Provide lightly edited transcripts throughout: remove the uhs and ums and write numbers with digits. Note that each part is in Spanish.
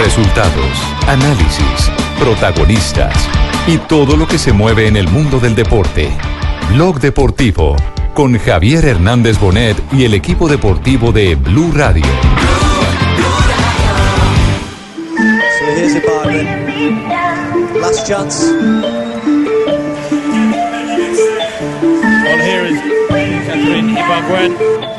Resultados, análisis, protagonistas y todo lo que se mueve en el mundo del deporte. Blog Deportivo con Javier Hernández Bonet y el equipo deportivo de Blue Radio. So here's Ibargüen. Last chance. On here is Catherine Ibargüen.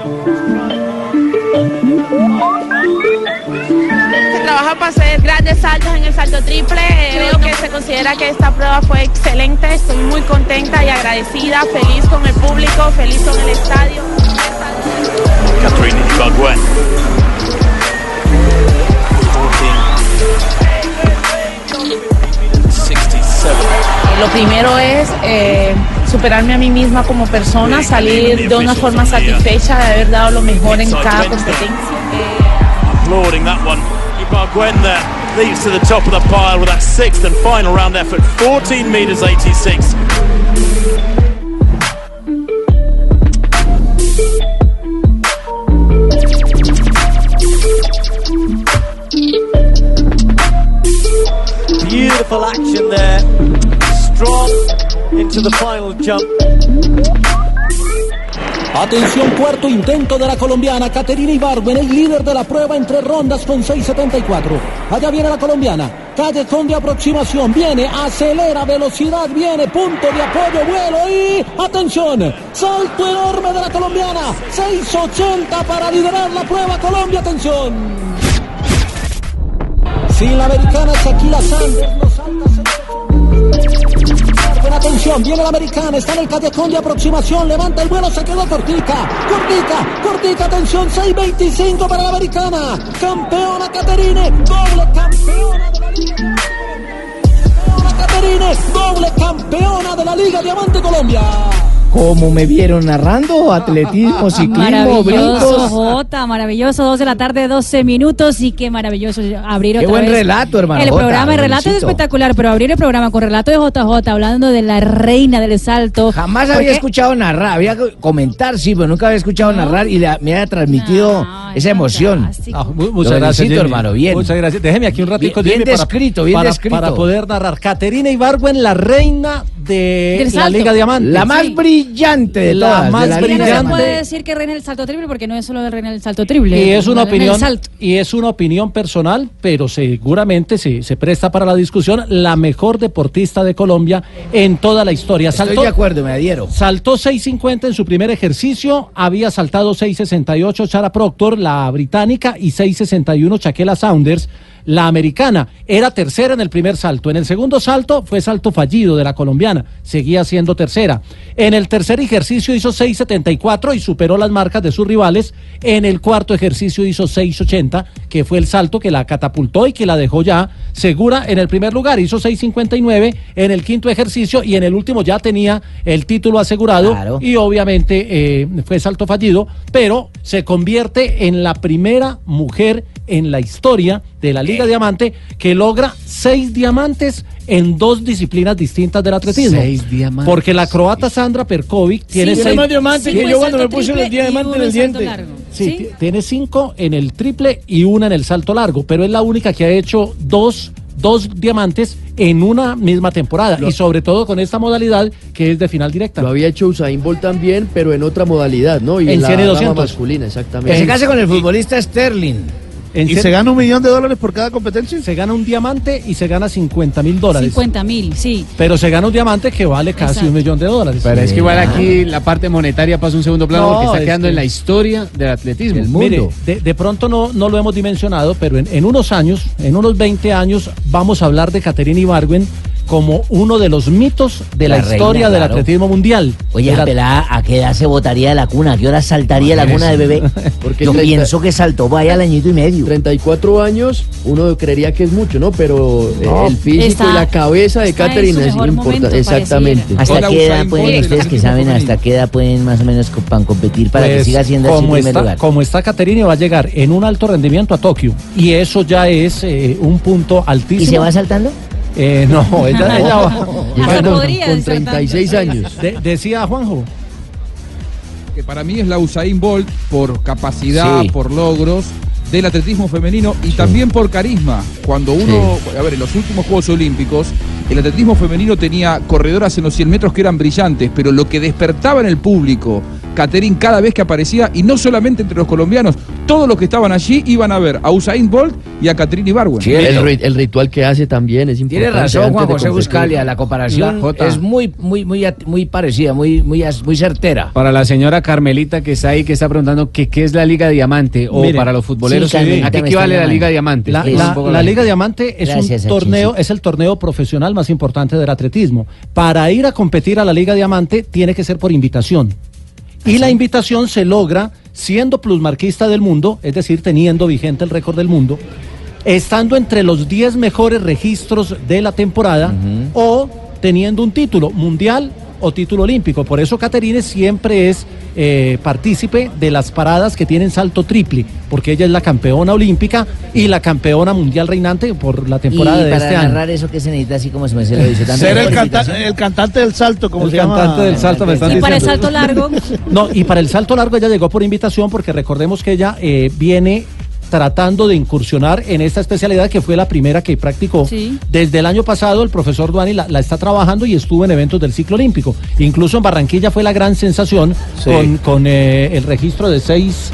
Se trabaja para hacer grandes saltos en el salto triple. Creo que se considera que esta prueba fue excelente. Estoy muy contenta y agradecida, feliz con el público, feliz con el estadio. Catherine Ibargüen. Lo primero es superarme a mí misma como persona, salir de una forma satisfecha de haber dado lo mejor en cada competencia. Applauding that one. Ibargüen there leads to the top of the pile with that sixth and final round effort, 14 meters 86. Beautiful action there. Strong into the final jump. Atención, cuarto intento de la colombiana Caterina Ibargüen, el líder de la prueba en 3 rondas con 6.74. Allá viene la colombiana, callejón de aproximación, viene, acelera, velocidad, viene, punto de apoyo, vuelo y... ¡atención! Salto enorme de la colombiana, 6.80 para liderar la prueba Colombia, ¡atención! Sin la americana Shaquila Sanders, lo salta 6.80. Atención, viene la americana, está en el callejón de aproximación, levanta el vuelo, se quedó cortica, atención, 6.25 para la americana, campeona Caterine, doble campeona de la Liga, doble campeona de la Liga Diamante Colombia. Como me vieron narrando, atletismo, ciclismo, brincos. Maravilloso, 2 de la tarde, 12 minutos, y qué maravilloso abrir otra vez. Qué buen relato, hermano. El programa, el relato es espectacular, pero abrir el programa con relato de JJ, hablando de la reina del salto. Jamás había escuchado narrar, había comentar, sí, pero nunca había escuchado narrar y me había transmitido esa emoción. Muchas gracias, Jimmy, hermano, bien. Muchas gracias. Déjeme aquí un ratico, bien descrito. Para poder narrar. Caterina Ibargüen, la reina de la Liga Diamante. La más brillante de todas. La más brillante. No se puede decir que reina del salto triple porque no es solo de reina del salto triple. Y es una opinión personal, pero seguramente se presta para la discusión. La mejor deportista de Colombia en toda la historia. Estoy de acuerdo, me adhiero. Saltó 6.50 en su primer ejercicio, había saltado 6.68 Chara Proctor, la británica, y 6.61 Shaquila Saunders, la americana. Era tercera en el primer salto. En el segundo salto fue salto fallido de la colombiana, seguía siendo tercera. En el tercer ejercicio hizo 6.74 y superó las marcas de sus rivales. En el cuarto ejercicio hizo 6.80, que fue el salto que la catapultó y que la dejó ya segura en el primer lugar. Hizo 6.59 en el quinto ejercicio y en el último ya tenía el título asegurado. Claro. Y obviamente fue salto fallido, pero se convierte en la primera mujer en la historia de la Liga Diamante que logra 6 diamantes en 2 disciplinas distintas del atletismo. 6 diamantes. Porque la croata Sandra Perkovic tiene 6 más diamantes que yo cuando me puse los diamantes en el diente. Sí, tiene 5 en el triple y 1 en el salto largo, pero es la única que ha hecho 2 diamantes en una misma temporada, y sobre todo con esta modalidad que es de final directa. Lo había hecho Usain Bolt también, pero en otra modalidad, ¿no? Y en la rama masculina, exactamente. Que se case con el futbolista Sterling. ¿Y se gana $1 millón por cada competencia? Se gana un diamante y se gana $50,000. $50,000, sí. Pero se gana un diamante que vale casi $1 millón. Pero es que igual aquí la parte monetaria pasa a un segundo plano, porque está quedando en la historia del atletismo. El mundo. Mire, de pronto no lo hemos dimensionado, pero en unos años, en unos 20 años, vamos a hablar de Caterina Ibargüen como uno de los mitos de la historia del atletismo mundial. Oye, ¿a qué edad se botaría de la cuna? ¿A qué hora saltaría la cuna de bebé? Porque yo pienso que saltó vaya al añito y medio. 34 años, uno creería que es mucho, ¿no? Pero el físico y la cabeza de Caterina es importante. Exactamente. ¿Hasta qué edad pueden, ustedes que saben, hasta qué edad pueden más o menos competir para que siga siendo así en primer lugar? Como está Caterina, va a llegar en un alto rendimiento a Tokio, y eso ya es un punto altísimo. ¿Y se va saltando? No, ella va. Con 36 años. Decía Juanjo. Que para mí es la Usain Bolt por capacidad, por logros, del atletismo femenino y también por carisma. Cuando uno, a ver, en los últimos Juegos Olímpicos, el atletismo femenino tenía corredoras en los 100 metros que eran brillantes, pero lo que despertaba en el público, Catherine, cada vez que aparecía, y no solamente entre los colombianos, todos los que estaban allí iban a ver a Usain Bolt y a Catherine Ibargüen. Sí, el ritual que hace también es importante. Tiene razón Juan José Buscalia, la comparación es muy parecida, muy certera. Para la señora Carmelita que está ahí, que está preguntando qué es la Liga Diamante, o para los futboleros, ¿a qué equivale la Liga Diamante? La Liga Diamante es un torneo, es el torneo profesional más importante del atletismo. Para ir a competir a la Liga Diamante tiene que ser por invitación. Y la invitación se logra siendo plusmarquista del mundo, es decir, teniendo vigente el récord del mundo, estando entre los 10 mejores registros de la temporada o teniendo un título mundial o título olímpico. Por eso Catherine siempre es partícipe de las paradas que tienen salto triple, porque ella es la campeona olímpica y la campeona mundial reinante por la temporada de este año. Y para narrar eso que se necesita, así como se me se lo dice. Ser el cantante del salto, como se llama. El cantante del salto, me están diciendo. Y para el salto largo. No, y para el salto largo ella llegó por invitación, porque recordemos que ella viene tratando de incursionar en esta especialidad, que fue la primera que practicó. Desde el año pasado el profesor Duani la está trabajando y estuvo en eventos del ciclo olímpico. Incluso en Barranquilla fue la gran sensación con el registro de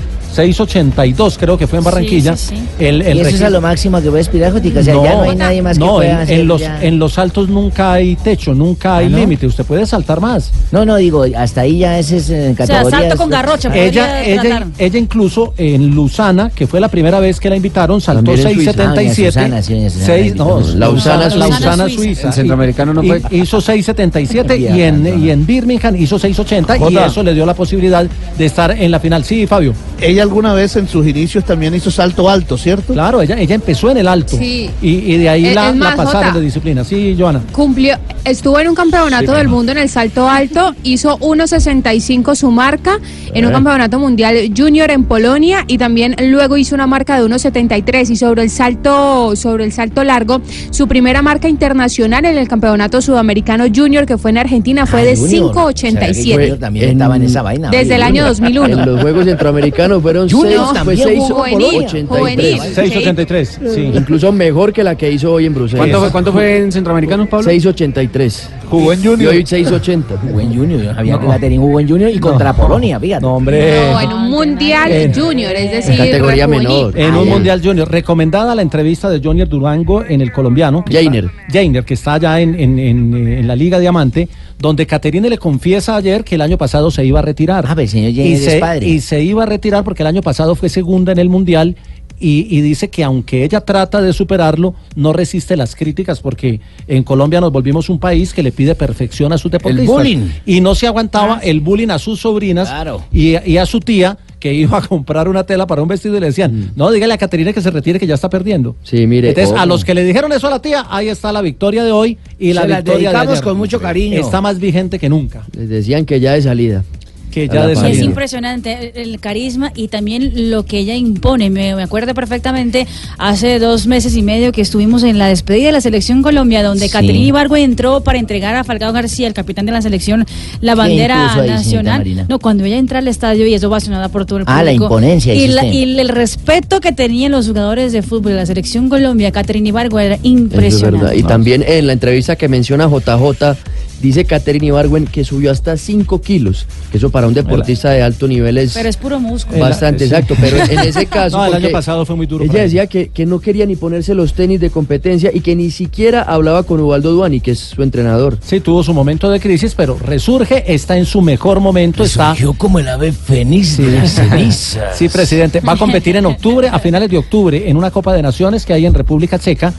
6.82, creo que fue en Barranquilla. ¿Y eso es a lo máximo que puede aspirar, Jotica? O sea, ya no hay nadie más que pueda hacer. En los saltos nunca hay techo, nunca hay límite. Usted puede saltar más. No, digo, hasta ahí ya ese es en categoría. O sea, salto con garrocha. Ella incluso en Luzana, que fue la primera vez que la invitaron, saltó 6.77. Lausana, Suiza. El centroamericano no fue. Hizo 6.77 y en Birmingham hizo 6.80 y eso le dio la posibilidad de estar en la final. Sí, Fabio. Ella alguna vez en sus inicios también hizo salto alto, ¿cierto? Claro, ella empezó en el alto. Sí. Y de ahí la pasaron de disciplina. Sí, Joana. Estuvo en un campeonato del mundo en el salto alto, hizo 1.65 su marca en un campeonato mundial junior en Polonia, y también luego hizo una marca de 1.73. Y sobre el salto largo, su primera marca internacional en el campeonato sudamericano junior, que fue en Argentina, fue de 5.87. También estaba en esa vaina. Desde el año 2001. En los Juegos Centroamericanos fueron 6.83. Sí. Incluso mejor que la que hizo hoy en Bruselas. ¿Cuánto fue en Centroamericanos, Pablo? 6.83. Jugó en Junior. Y hoy 6.80. Jugó en Junior. Había que Catherine jugó en Junior y contra Polonia, fíjate. No, hombre. No, en un mundial junior, es decir, categoría menor. En un mundial junior. Recomendada la entrevista de Junior Durango en el colombiano. Jainer, que está allá en la Liga Diamante, donde Catherine le confiesa ayer que el año pasado se iba a retirar. El señor Jainer es padre. Y se iba a retirar porque el año pasado fue segunda en el mundial. Y dice que aunque ella trata de superarlo, no resiste las críticas, porque en Colombia nos volvimos un país que le pide perfección a sus deportistas. El bullying. Y no se aguantaba el bullying a sus sobrinas y a su tía, que iba a comprar una tela para un vestido y le decían, no, dígale a Catherine que se retire, que ya está perdiendo. Sí, mire. Entonces, a los que le dijeron eso a la tía, ahí está la victoria de hoy y la victoria de ayer. Con mucho cariño. Está más vigente que nunca. Les decían que ya de salida. Es impresionante el carisma y también lo que ella impone. Me acuerdo perfectamente hace 2 meses y medio que estuvimos en la despedida de la selección Colombia, donde Catherine Ibargüen entró para entregar a Falcao García, el capitán de la selección, la bandera nacional. No, cuando ella entra al estadio y es ovacionada por todo el público. La imponencia. Y el respeto que tenían los jugadores de fútbol de la selección Colombia, Catherine Ibargüen, era impresionante. Y también en la entrevista que menciona JJ, dice Catherine Ibargüen que subió hasta 5 kilos, que eso para un deportista de alto nivel es... Pero es puro músculo. Bastante, exacto, pero en ese caso... el año pasado fue muy duro. Ella decía que no quería ni ponerse los tenis de competencia y que ni siquiera hablaba con Ubaldo Duani, que es su entrenador. Sí, tuvo su momento de crisis, pero resurge, está en su mejor momento. Resurgió como el ave fénix de la ceniza. Sí, presidente. Va a competir en octubre, a finales de octubre, en una Copa de Naciones que hay en República Checa.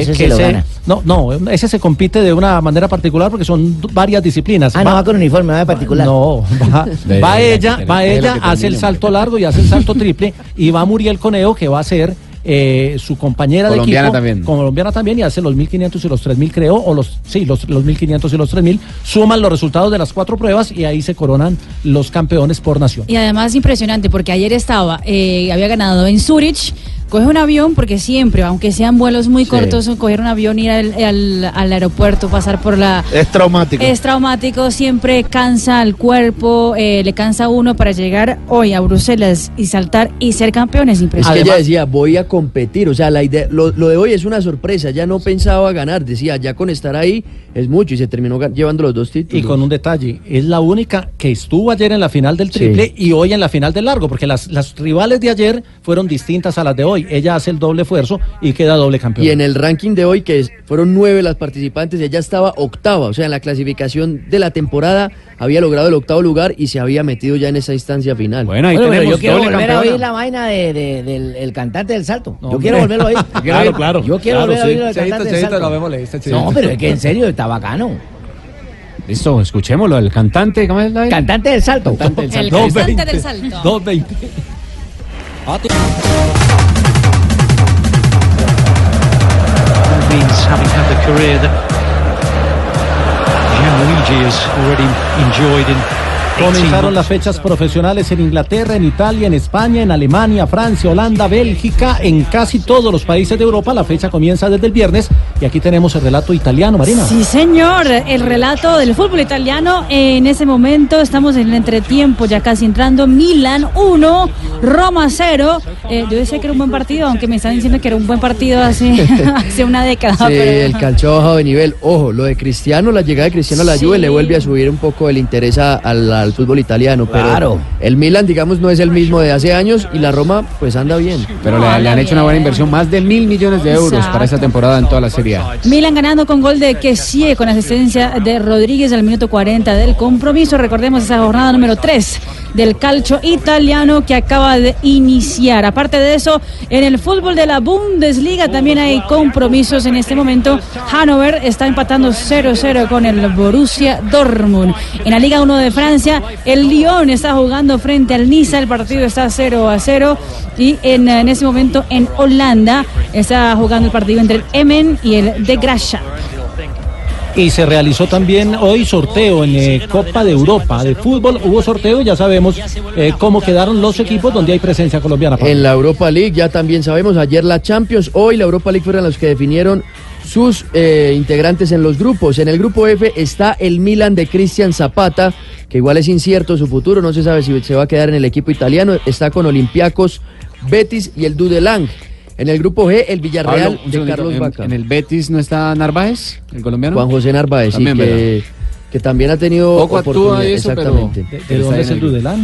Ese se compite de una manera particular porque son varias disciplinas. No va con uniforme, va de particular. No, va ella, hace el salto largo y hace el salto triple, y va Muriel Coneo, que va a ser su compañera colombiana de equipo, colombiana también, y hace los 1.500 y los 3.000, creo, o los 1.500 y los 3.000, suman los resultados de las 4 pruebas y ahí se coronan los campeones por nación. Y además impresionante porque ayer había ganado en Zurich coge un avión, porque siempre, aunque sean vuelos muy cortos, coger un avión, ir al aeropuerto, pasar por la... Es traumático. Es traumático, siempre cansa al cuerpo, le cansa a uno para llegar hoy a Bruselas y saltar y ser campeones. Impresionante. Es que ella decía, voy a competir, o sea, la idea, lo de hoy es una sorpresa, ya no pensaba ganar, decía, ya con estar ahí es mucho, y se terminó llevando los 2 títulos. Y con un detalle, es la única que estuvo ayer en la final del triple y hoy en la final del largo, porque las rivales de ayer fueron distintas a las de hoy. Ella hace el doble esfuerzo y queda doble campeón. Y en el ranking de hoy, fueron 9 las participantes, ella estaba octava, o sea, en la clasificación de la temporada había logrado el 8º lugar y se había metido ya en esa instancia final. Bueno, pero yo quiero volver a oír la vaina del cantante del salto. Yo quiero volverlo a oír. Claro. Yo quiero volver a oír el cantante del salto. No, pero es que en serio está bacano. Listo, escuchémoslo, el cantante, ¿cómo es la? Cantante del salto. El cantante del salto. 2:20. Having had the career that Gianluigi has already enjoyed in Comenzaron las fechas profesionales en Inglaterra, en Italia, en España, en Alemania, Francia, Holanda, Bélgica, en casi todos los países de Europa. La fecha comienza desde el viernes y aquí tenemos el relato italiano, Marina. Sí, señor, el relato del fútbol italiano. En ese momento estamos en el entretiempo, ya casi entrando. Milan 1, Roma 0. Yo decía que era un buen partido, aunque me están diciendo que era un buen partido hace una década. Sí, pero... el calcio ha bajado de nivel. Ojo, lo de Cristiano, la llegada de Cristiano a la Juve le vuelve a subir un poco el interés al fútbol italiano, pero el Milan, digamos, no es el mismo de hace años y la Roma, pues anda bien. Pero le han hecho una buena inversión, más de 1.000 millones de euros para esta temporada en toda la Serie A. Milan ganando con gol de Kessie, con asistencia de Rodríguez al minuto 40 del compromiso. Recordemos esa jornada número 3 del calcio italiano que acaba de iniciar. Aparte de eso, en el fútbol de la Bundesliga también hay compromisos en este momento. Hannover está empatando 0-0 con el Borussia Dortmund. En la Liga 1 de Francia, el Lyon está jugando frente al Niza, el partido está 0-0. Y en ese momento en Holanda está jugando el partido entre el Emmen y el De Graafschap. Y se realizó también hoy sorteo en Copa de Europa de fútbol. Hubo sorteo, ya sabemos cómo quedaron los equipos donde hay presencia colombiana. En la Europa League ya también sabemos, ayer la Champions, hoy la Europa League fueron los que definieron sus integrantes en los grupos. En el grupo F está el Milan de Cristian Zapata, que igual es incierto su futuro, no se sabe si se va a quedar en el equipo italiano. Está con Olympiacos, Betis y el Dudelange. En el grupo G, el Villarreal de Carlos Vaca. ¿En el Betis no está Narváez, el colombiano? Juan José Narváez, también, sí, que también ha tenido oportunidad. Exactamente. ¿De dónde es el Dudelange?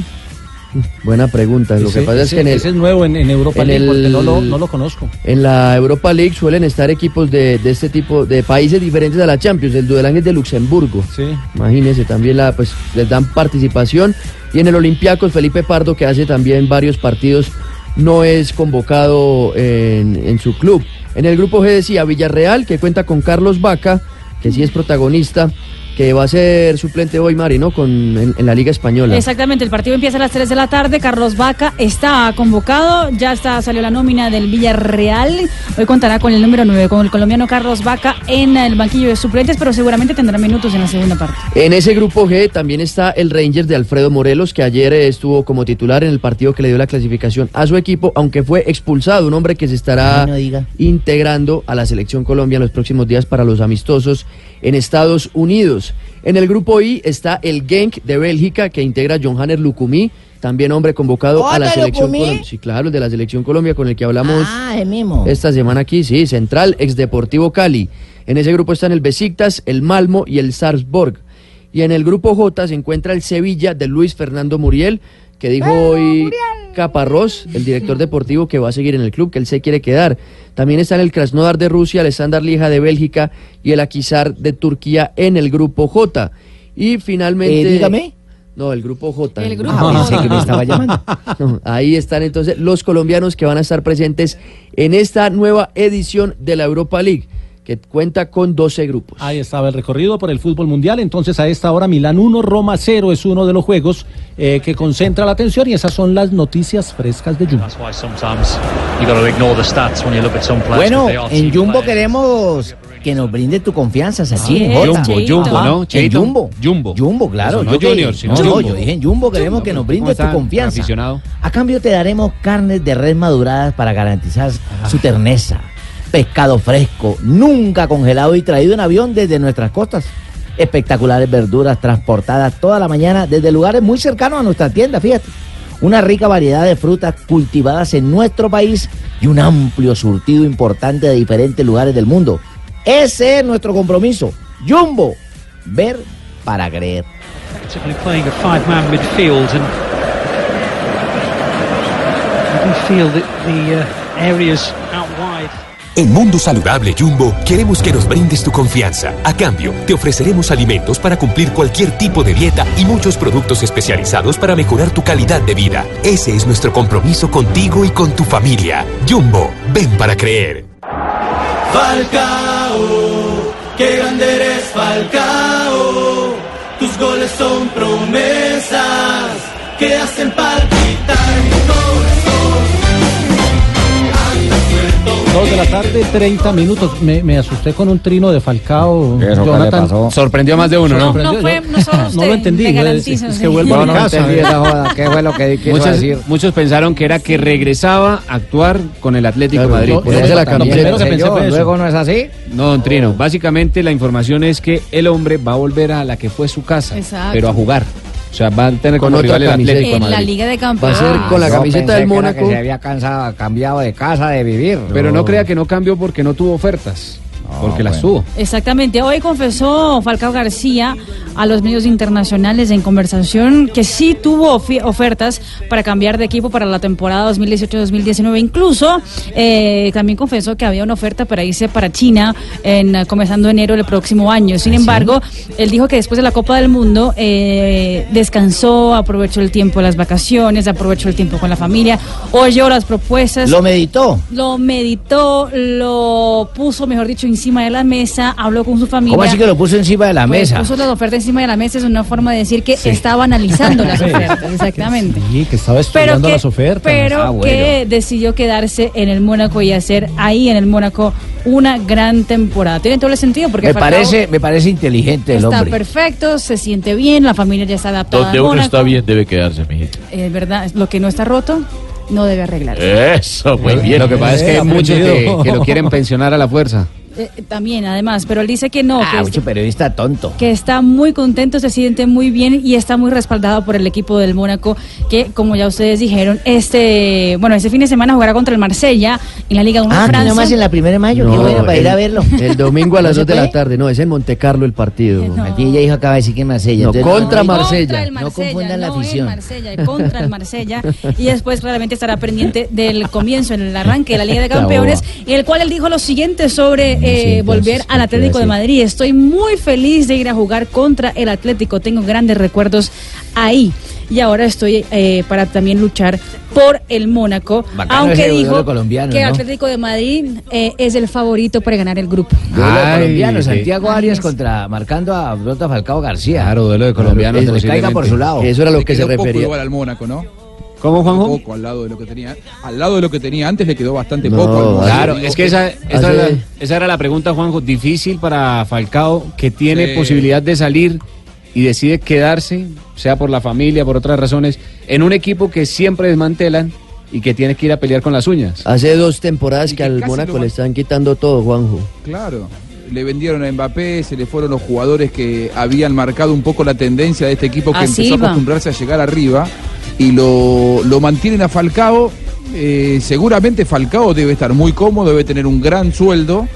Buena pregunta. Lo que pasa es que ese es nuevo en Europa League, porque no lo conozco. En la Europa League suelen estar equipos de este tipo, de países diferentes a la Champions. El Dudelange es de Luxemburgo. Sí. Imagínense, también pues les dan participación. Y en el Olympiacos, Felipe Pardo, que hace también varios partidos, no es convocado en su club. En el grupo G decía Villarreal, que cuenta con Carlos Vaca, que sí es protagonista, que va a ser suplente hoy, Mari, ¿no? En la Liga Española. Exactamente, el partido empieza a las 3 de la tarde. Carlos Vaca está convocado, salió la nómina del Villarreal. Hoy contará con el número 9, con el colombiano Carlos Vaca en el banquillo de suplentes, pero seguramente tendrá minutos en la segunda parte. En ese grupo G también está el Rangers de Alfredo Morelos, que ayer estuvo como titular en el partido que le dio la clasificación a su equipo, aunque fue expulsado, un hombre que se estará integrando a la selección Colombia en los próximos días para los amistosos en Estados Unidos. En el grupo I está el Genk de Bélgica, que integra a Johannes Lucumí, también hombre convocado a la selección Colombia. Sí, claro, de la selección Colombia, con el que hablamos esta semana aquí, sí, central, ex Deportivo Cali. En ese grupo están el Besiktas, el Malmo y el Sarpsborg. Y en el grupo J se encuentra el Sevilla de Luis Fernando Muriel, que dijo hoy Caparrós, el director deportivo, que va a seguir en el club, que él se quiere quedar. También están el Krasnodar de Rusia, el Standard Lieja de Bélgica y el Akhisar de Turquía en el grupo J. Y finalmente... dígame. No, el grupo J. El grupo pensé que me estaba llamando. No, ahí están entonces los colombianos que van a estar presentes en esta nueva edición de la Europa League. que cuenta con 12 grupos. Ahí estaba el recorrido por el fútbol mundial. Entonces, a esta hora, Milán 1, Roma 0 es uno de los juegos que concentra la atención, y esas son las noticias frescas de Jumbo. Bueno, en Jumbo queremos que nos brinde tu confianza, Sachin. Jumbo, ¿no? En Jumbo. Jumbo, claro. No Junior, sino Jumbo. Yo dije en Jumbo queremos que nos brindes tu confianza. Aficionado? A cambio te daremos carnes de res maduradas para garantizar su terneza. Pescado fresco, nunca congelado y traído en avión desde nuestras costas. Espectaculares verduras transportadas toda la mañana desde lugares muy cercanos a nuestra tienda, fíjate. Una rica variedad de frutas cultivadas en nuestro país y un amplio surtido importante de diferentes lugares del mundo. Ese es nuestro compromiso. Jumbo, ver para creer. Playing a five-man midfield, and we feel that the areas out wide. En Mundo Saludable Jumbo queremos que nos brindes tu confianza. A cambio, te ofreceremos alimentos para cumplir cualquier tipo de dieta y muchos productos especializados para mejorar tu calidad de vida. Ese es nuestro compromiso contigo y con tu familia. Jumbo, ven para creer. Falcao, qué grande eres, Falcao. Tus goles son promesas que hacen palpitar mi corazón. 2 de la tarde, 30 minutos. Me asusté con un trino de Falcao. ¿Eso Jonathan, qué le pasó? Sorprendió a más de uno, ¿no? No fue, no solo usted. No lo entendí. Es que vuelvo a mi casa. ¿Qué fue lo que quiso decir? Muchos pensaron que era que regresaba a actuar con el Atlético de Madrid. Luego no es así. No, don Trino. Básicamente la información es que el hombre va a volver a la que fue su casa, pero a jugar. O sea, va a tener con como otra rival el camiseta. Atlético de Madrid. En la Liga de Campeones. Va a ser con la camiseta del Mónaco. Que se había cambiado de casa, de vivir. Pero no crea que no cambió porque no tuvo ofertas. Porque las tuvo. Exactamente. Hoy confesó Falcao García a los medios internacionales en conversación que sí tuvo ofertas para cambiar de equipo para la temporada 2018-2019. Incluso también confesó que había una oferta para irse para China comenzando enero del próximo año. Sin embargo, él dijo que después de la Copa del Mundo descansó, aprovechó el tiempo de las vacaciones, aprovechó el tiempo con la familia, oyó las propuestas. Lo meditó, lo puso, mejor dicho, encima de la mesa, habló con su familia. ¿Cómo así que lo puso encima de la mesa? Puso las ofertas encima de la mesa, es una forma de decir que estaba analizando las ofertas, exactamente. Sí, que estaba estudiando las ofertas. Pero que decidió quedarse en el Mónaco y hacer ahí en el Mónaco una gran temporada. Tiene todo el sentido porque me parece inteligente el hombre. Está perfecto, se siente bien, la familia ya está adaptada. Donde uno está bien debe quedarse, mijito. Es verdad, lo que no está roto no debe arreglar. Eso, muy bien. Lo que pasa es que hay muchos que lo quieren pensionar a la fuerza. También, además, pero él dice que no. Mucho periodista tonto. Que está muy contento, se siente muy bien y está muy respaldado por el equipo del Mónaco, que, como ya ustedes dijeron, este fin de semana jugará contra el Marsella en la Liga 1 de Francia. Nomás en la 1 de mayo, qué bueno para ir a verlo. El domingo a las 2 de la tarde, no, es en Montecarlo el partido. Aquí ella dijo, acaba de decir que Marsella. No, contra Marsella. No confundan la afición. Contra el Marsella. Y después claramente estará pendiente del comienzo, en el arranque de la Liga de Campeones, en el cual él dijo lo siguiente sobre volver al Atlético de Madrid. Estoy muy feliz de ir a jugar contra el Atlético, tengo grandes recuerdos ahí y ahora estoy para también luchar por el Mónaco. Bacano, aunque dijo que el ¿no? Atlético de Madrid es el favorito para ganar el grupo. Duelo de colombianos, Santiago Arias marcando a Falcao García. Claro, duelo de colombianos. Que caiga por su lado. Eso era lo que se refería. Igual al Mónaco, ¿no? ¿Cómo, Juanjo? Poco al lado de lo que tenía antes, le quedó bastante poco. Claro, es que esa era la pregunta, Juanjo. Difícil para Falcao, que tiene posibilidad de salir y decide quedarse, sea por la familia, por otras razones, en un equipo que siempre desmantelan y que tiene que ir a pelear con las uñas. Hace 2 temporadas que al Mónaco le están quitando todo, Juanjo. Claro. Le vendieron a Mbappé, se le fueron los jugadores que habían marcado un poco la tendencia de este equipo que empezó a acostumbrarse a llegar arriba. Y lo mantienen a Falcao. Seguramente Falcao debe estar muy cómodo, debe tener un gran sueldo,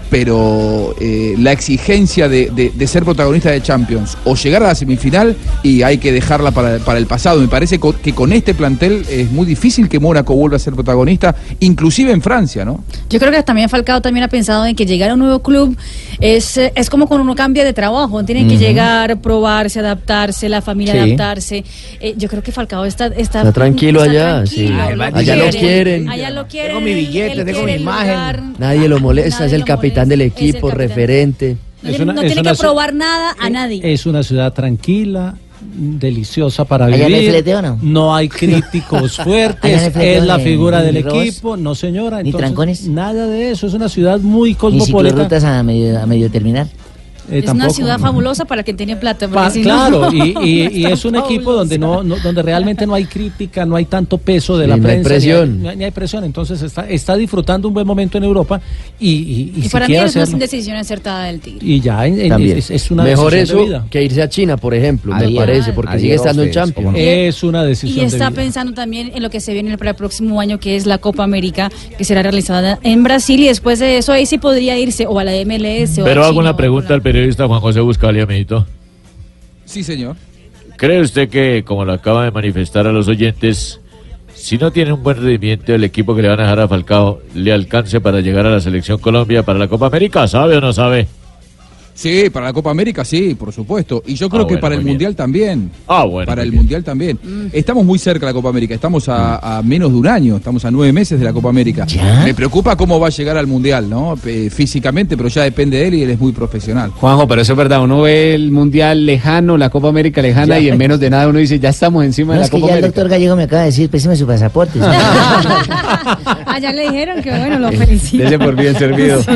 pero la exigencia de ser protagonista de Champions o llegar a la semifinal, y hay que dejarla para el pasado. Me parece que con este plantel es muy difícil que Mónaco vuelva a ser protagonista, inclusive en Francia, ¿no? Yo creo que también Falcao también ha pensado en que llegar a un nuevo club es como cuando uno cambia de trabajo, tiene que llegar, probarse, adaptarse, la familia adaptarse. Yo creo que Falcao está tranquilo allá, tranquilo, allá lo quieren. Allá lo quieren. Tengo mi billete, tengo mi imagen. Nadie lo molesta, es el capitán capitán del equipo, referente. No tiene que probar nada a nadie. Es una ciudad tranquila, deliciosa para ¿Allá vivir. no hay fleteo, no? No hay críticos fuertes, es la figura del equipo, no señora. ¿Ni trancones? Nada de eso, es una ciudad muy Ni cosmopolita. rutas a medio terminar. Es una ciudad fabulosa para quien tiene plata. Claro, y es un equipo donde donde realmente no hay crítica, no hay tanto peso de la no prensa, hay presión. ni hay presión. Entonces está disfrutando un buen momento en Europa y si para mí quiere es una hacerlo, decisión acertada del Tigre. y ya es una mejor decisión eso de vida. que irse a China, por ejemplo, me parece, porque sigue estando en Champions. Es una Y decisión de está vida. pensando también en lo que se viene para el próximo año, que es la Copa América, que será realizada en Brasil, y después de eso ahí sí podría irse o a la MLS o Pero a hago China, una pregunta al periodista Juan José Buscali, amiguito. Sí, señor. ¿Cree usted que, como lo acaba de manifestar a los oyentes, si no tiene un buen rendimiento el equipo que le van a dejar a Falcao, le alcance para llegar a la Selección Colombia para la Copa América? ¿Sabe o no sabe? Sí, para la Copa América sí, por supuesto. Y yo creo que bueno, para el muy bien. Mundial también. Bueno. Para el Mundial también. Estamos muy cerca de la Copa América. Estamos a menos de un año. Estamos a 9 meses de la Copa América. Me preocupa cómo va a llegar al Mundial, ¿no? Físicamente, pero ya depende de él y él es muy profesional. Juanjo, pero eso es verdad, uno ve el Mundial lejano, la Copa América lejana, y en menos de nada uno dice, ya estamos encima de la Es que Copa ya el América. doctor Gallego me acaba de decir, péseme su pasaporte. Allá le dijeron que bueno, lo felicito. Dese por bien servido. Sí.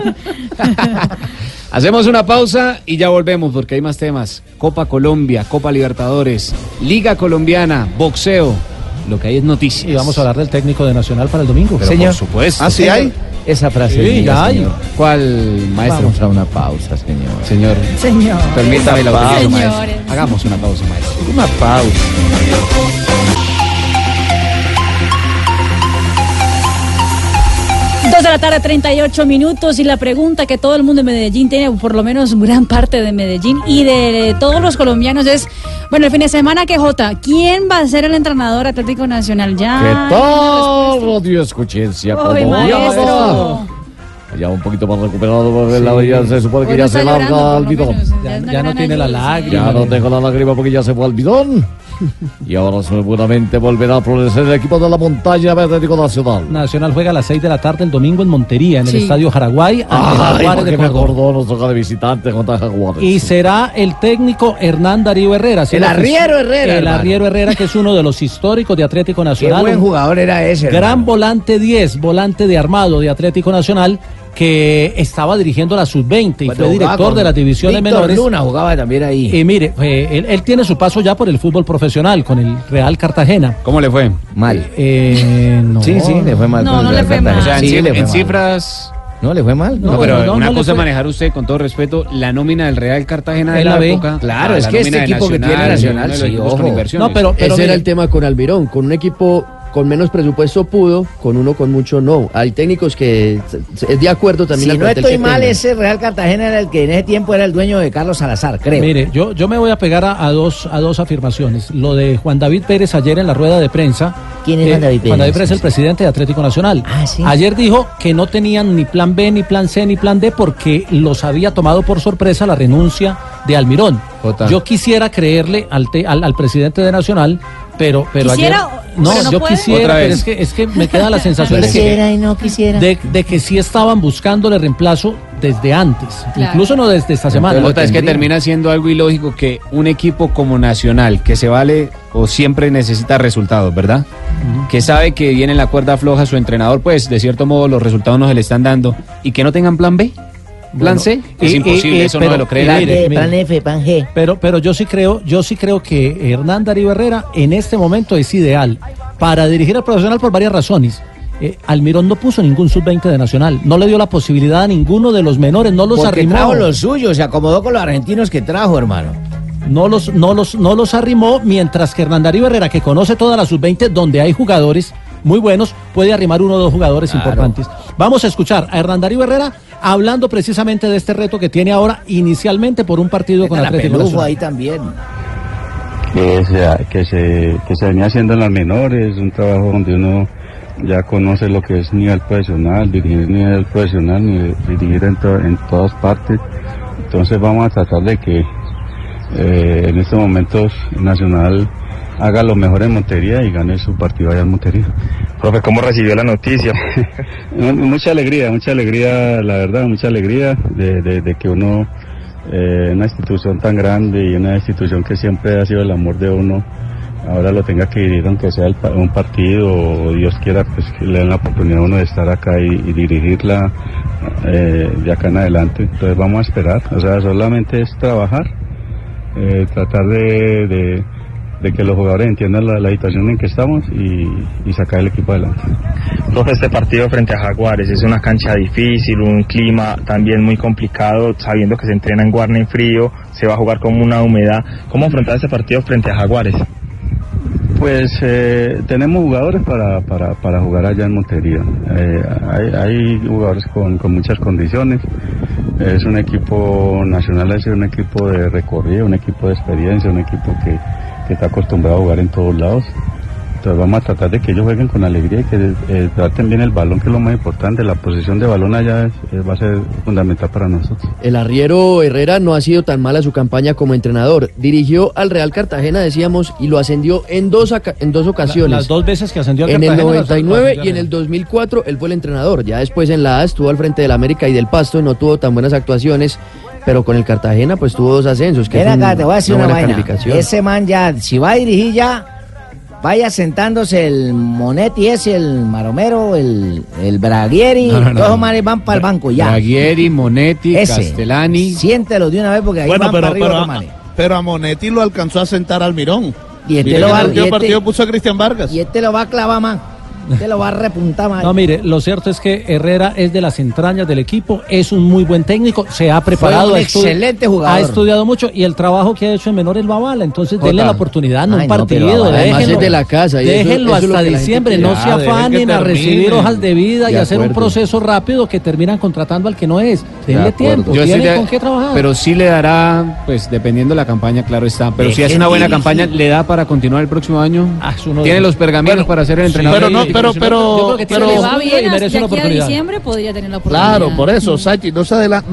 Hacemos una pausa y ya volvemos porque hay más temas. Copa Colombia, Copa Libertadores, Liga Colombiana, boxeo. Lo que hay es noticias. Y vamos a hablar del técnico de Nacional para el domingo. Pero Señor. por supuesto. ¿Ah, sí hay? Esa frase Sí, es mía, ya hay. señor. ¿Cuál, maestro? Vamos a una pausa, señor. Señor. Señor. Permítame la autorizo, Señores. maestro. Hagamos una pausa, maestro. Una pausa. 2 de la tarde, 38 minutos, y la pregunta que todo el mundo en Medellín tiene, por lo menos gran parte de Medellín y de todos los colombianos, es, bueno, el fin de semana que Jota, ¿quién va a ser el entrenador Atlético Nacional? Ya. ¿Qué tal, radio escuchencia? Uy, maestro. Ya un poquito más recuperado por el lado, ya se supone que Hoy ya no se está larga llorando, al por lo bidón. menos. Ya no tiene la lágrima. Ya no tengo la lágrima porque ya se fue al bidón. Y ahora seguramente volverá a progresar el equipo de la montaña Atlético Nacional. Nacional juega a las 6 de la tarde el domingo en Montería, en el Sí. Estadio Jaraguay. ante Ay, Jaguares porque de me Córdoba. acordó, nos toca de visitante contra Jaguares. Y será el técnico Hernán Darío Herrera. El arriero Herrera, El hermano. arriero Herrera, que es uno de los históricos de Atlético Qué Nacional. buen jugador era ese, Gran hermano. volante 10, volante de armado de Atlético Nacional, que estaba dirigiendo la sub-20 y Cuando fue jugaba director con de las divisiones Víctor menores. Luna jugaba también ahí. Y mire, él tiene su paso ya por el fútbol profesional con el Real Cartagena. ¿Cómo le fue? Mal. No. Sí, le fue mal. No, con el no le Real fue mal. Cartagena. O sea, Sí, le fue en mal. cifras... No, le fue mal. No, pero no, una no le cosa es fue- manejar usted, con todo respeto, la nómina del Real Cartagena de Él la la ve. época. Claro, a es la que este nómina de equipo que tiene Nacional, uno de los sí, equipos con ojo. inversiones. No, pero Ese era mire, el tema con Almirón, con un equipo con menos presupuesto pudo, con uno con mucho no. Hay técnicos que es de acuerdo también Si al no plantel estoy que mal, tengan. ese Real Cartagena era el que en ese tiempo era el dueño de Carlos Salazar, creo. Mire, yo me voy a pegar a dos afirmaciones. Lo de Juan David Pérez ayer en la rueda de prensa. ¿Quién es Juan David Pérez? Juan David Pérez es el presidente de Atlético Nacional. Sí. Ayer dijo que no tenían ni plan B, ni plan C, ni plan D porque los había tomado por sorpresa la renuncia de Almirón. Jota. Yo quisiera creerle al presidente de Nacional, pero ¿Quisiera ayer... o- pero no yo puede? quisiera, Otra pero vez. es que me queda la sensación de que... Quisiera y no quisiera. De que sí estaban buscándole reemplazo desde antes, Claro. incluso no desde esta semana. Jota, es que termina siendo algo ilógico que un equipo como Nacional, que se vale o siempre necesita resultados, ¿verdad? Que sabe que viene en la cuerda floja su entrenador, pues de cierto modo los resultados no se le están dando, y que no tengan plan B, plan Bueno, C, es imposible, eso no me lo cree Plan nadie. D, plan F, plan G. Pero yo sí creo que Hernán Darío Herrera en este momento es ideal para dirigir al profesional por varias razones. Almirón no puso ningún sub-20 de Nacional, no le dio la posibilidad a ninguno de los menores, no los Porque arrimó. trajo los suyos, se acomodó con los argentinos que trajo, hermano. No los arrimó, mientras que Hernán Darío Herrera, que conoce toda la sub-20, donde hay jugadores muy buenos, puede arrimar uno o dos jugadores importantes. Vamos a escuchar a Hernán Darío Herrera hablando precisamente de este reto que tiene ahora inicialmente por un partido con La Atlético Pelufo Nacional. ahí también. Que se venía haciendo en las menores, un trabajo donde uno ya conoce lo que es nivel profesional, dirigir nivel profesional, dirigir en todas partes. Entonces vamos a tratar de que en estos momentos Nacional haga lo mejor en Montería y gane su partido allá en Montería. Profe, ¿cómo recibió la noticia? Mucha alegría, la verdad, mucha alegría de que uno, una institución tan grande y una institución que siempre ha sido el amor de uno, ahora lo tenga que dirigir, aunque sea un partido, o Dios quiera, pues que le den la oportunidad a uno de estar acá y dirigirla de acá en adelante. Entonces vamos a esperar, o sea, solamente es trabajar, tratar de que los jugadores entiendan la situación en que estamos y sacar el equipo adelante. Profe, este partido frente a Jaguares es una cancha difícil, un clima también muy complicado, sabiendo que se entrena en Guarne en frío, se va a jugar con una humedad. ¿Cómo afrontar este partido frente a Jaguares? Pues tenemos jugadores para jugar allá en Montería. Hay jugadores con muchas condiciones. Es un equipo nacional, es un equipo de recorrido, un equipo de experiencia, un equipo que está acostumbrado a jugar en todos lados. Entonces vamos a tratar de que ellos jueguen con alegría y que traten bien el balón, que es lo más importante. La posición de balón allá va a ser fundamental para nosotros. El arriero Herrera no ha sido tan mala su campaña como entrenador. Dirigió al Real Cartagena, decíamos, y lo ascendió en dos ocasiones. Las dos veces que ascendió al Cartagena. En el 99 y en el 2004 él fue el entrenador. Ya después en la A estuvo al frente del América y del Pasto y no tuvo tan buenas actuaciones. Pero con el Cartagena pues tuvo 2 ascensos. Que acá, te voy a decir una vaina. Ese man ya, si va a dirigir ya, vaya sentándose el Monetti ese, el Maromero, el Braguieri, todos los manes van para el banco ya. Braguieri, Monetti, Castellani. Siéntelo de una vez porque ahí van para arriba los manes. Pero a Monetti lo alcanzó a sentar Almirón. Y este lo va, el último partido puso a Cristian Vargas. Y este lo va a clavar más. Te lo va a repuntar más. No, mire, lo cierto es que Herrera es de las entrañas del equipo, es un muy buen técnico, se ha preparado. Fue un excelente jugador. Ha estudiado mucho y el trabajo que ha hecho en menores lo avala. Entonces denle la oportunidad, no un partido. Además es de la casa. Déjenlo hasta diciembre, no se afanen a recibir hojas de vida y hacer un proceso rápido que terminan contratando al que no es. Denle tiempo, tienen con qué trabajar. Pero sí le dará, pues dependiendo de la campaña, claro está. Pero si hace una buena campaña, ¿le da para continuar el próximo año? ¿Tiene los pergaminos para ser el entrenador? Pero si le va bien, de aquí a diciembre podría tener la oportunidad. Claro, por eso, Sachi, no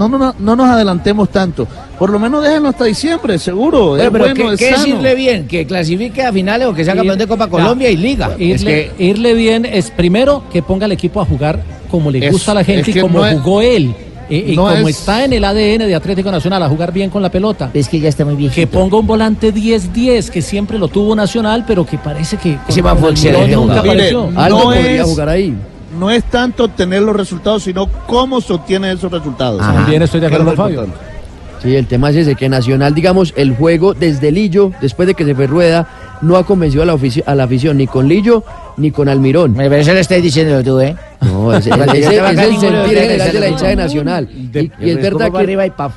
nos adelantemos tanto. Por lo menos déjenlo hasta diciembre, seguro. Pero ¿qué es irle bien? ¿Que clasifique a finales o que sea campeón de Copa Colombia y Liga? Irle bien es primero que ponga al equipo a jugar como le gusta a la gente y como jugó él. Y como está en el ADN de Atlético Nacional a jugar bien con la pelota. Es que ya está muy viejito. Que ponga un volante 10-10, que siempre lo tuvo Nacional, pero que parece que ese man fue excelente nunca apareció. Algo podría jugar ahí. No es tanto obtener los resultados, sino cómo se obtienen esos resultados. También estoy de acuerdo con Fabio. Sí, el tema es ese, que Nacional, digamos, el juego desde Lillo, después de que se fue Rueda, no ha convencido a la afición, ni con Lillo, ni con Almirón. Me parece que le estáis diciendo tú, ¿eh? No, es el sentir general de la hinchada de Nacional. Y es verdad que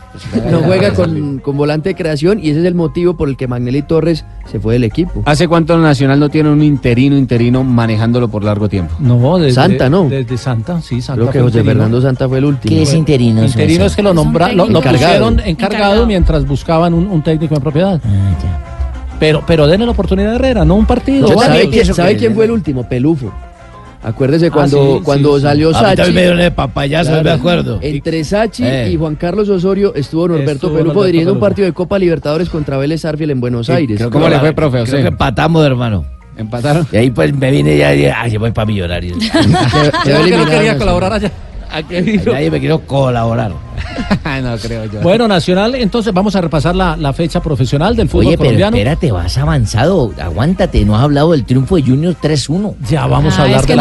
no juega con volante de creación y ese es el motivo por el que Magnelli Torres se fue del equipo. ¿Hace cuánto Nacional no tiene un interino manejándolo por largo tiempo? No, desde Santa, ¿no? Desde Santa, sí, Santa. Creo que José Fernando Santa fue el último. ¿Qué es interino? Interino es que lo pusieron encargado mientras buscaban un técnico en propiedad. Pero denle la oportunidad a Herrera, no un partido. ¿Sabe quién fue el último? Pelufo. Acuérdese cuando salió Sachi. A mí me dieron de papayazo, claro, me acuerdo. Entre Sachi y Juan Carlos Osorio estuvo Norberto Pelufo dirigiendo un partido de Copa Libertadores contra Vélez Arfiel en Buenos Aires. ¿Cómo le fue, profe? Creo que empatamos, hermano. ¿Empataron? Y ahí pues me vine yo voy para Millonarios. Yo que no quería colaborar allá. Nadie me quiero colaborar. No creo yo. Bueno, Nacional, entonces vamos a repasar la fecha profesional del fútbol colombiano. Oye, pero espérate, vas avanzado, aguántate, no has hablado del triunfo de Junior 3-1. Ya vamos a hablar de la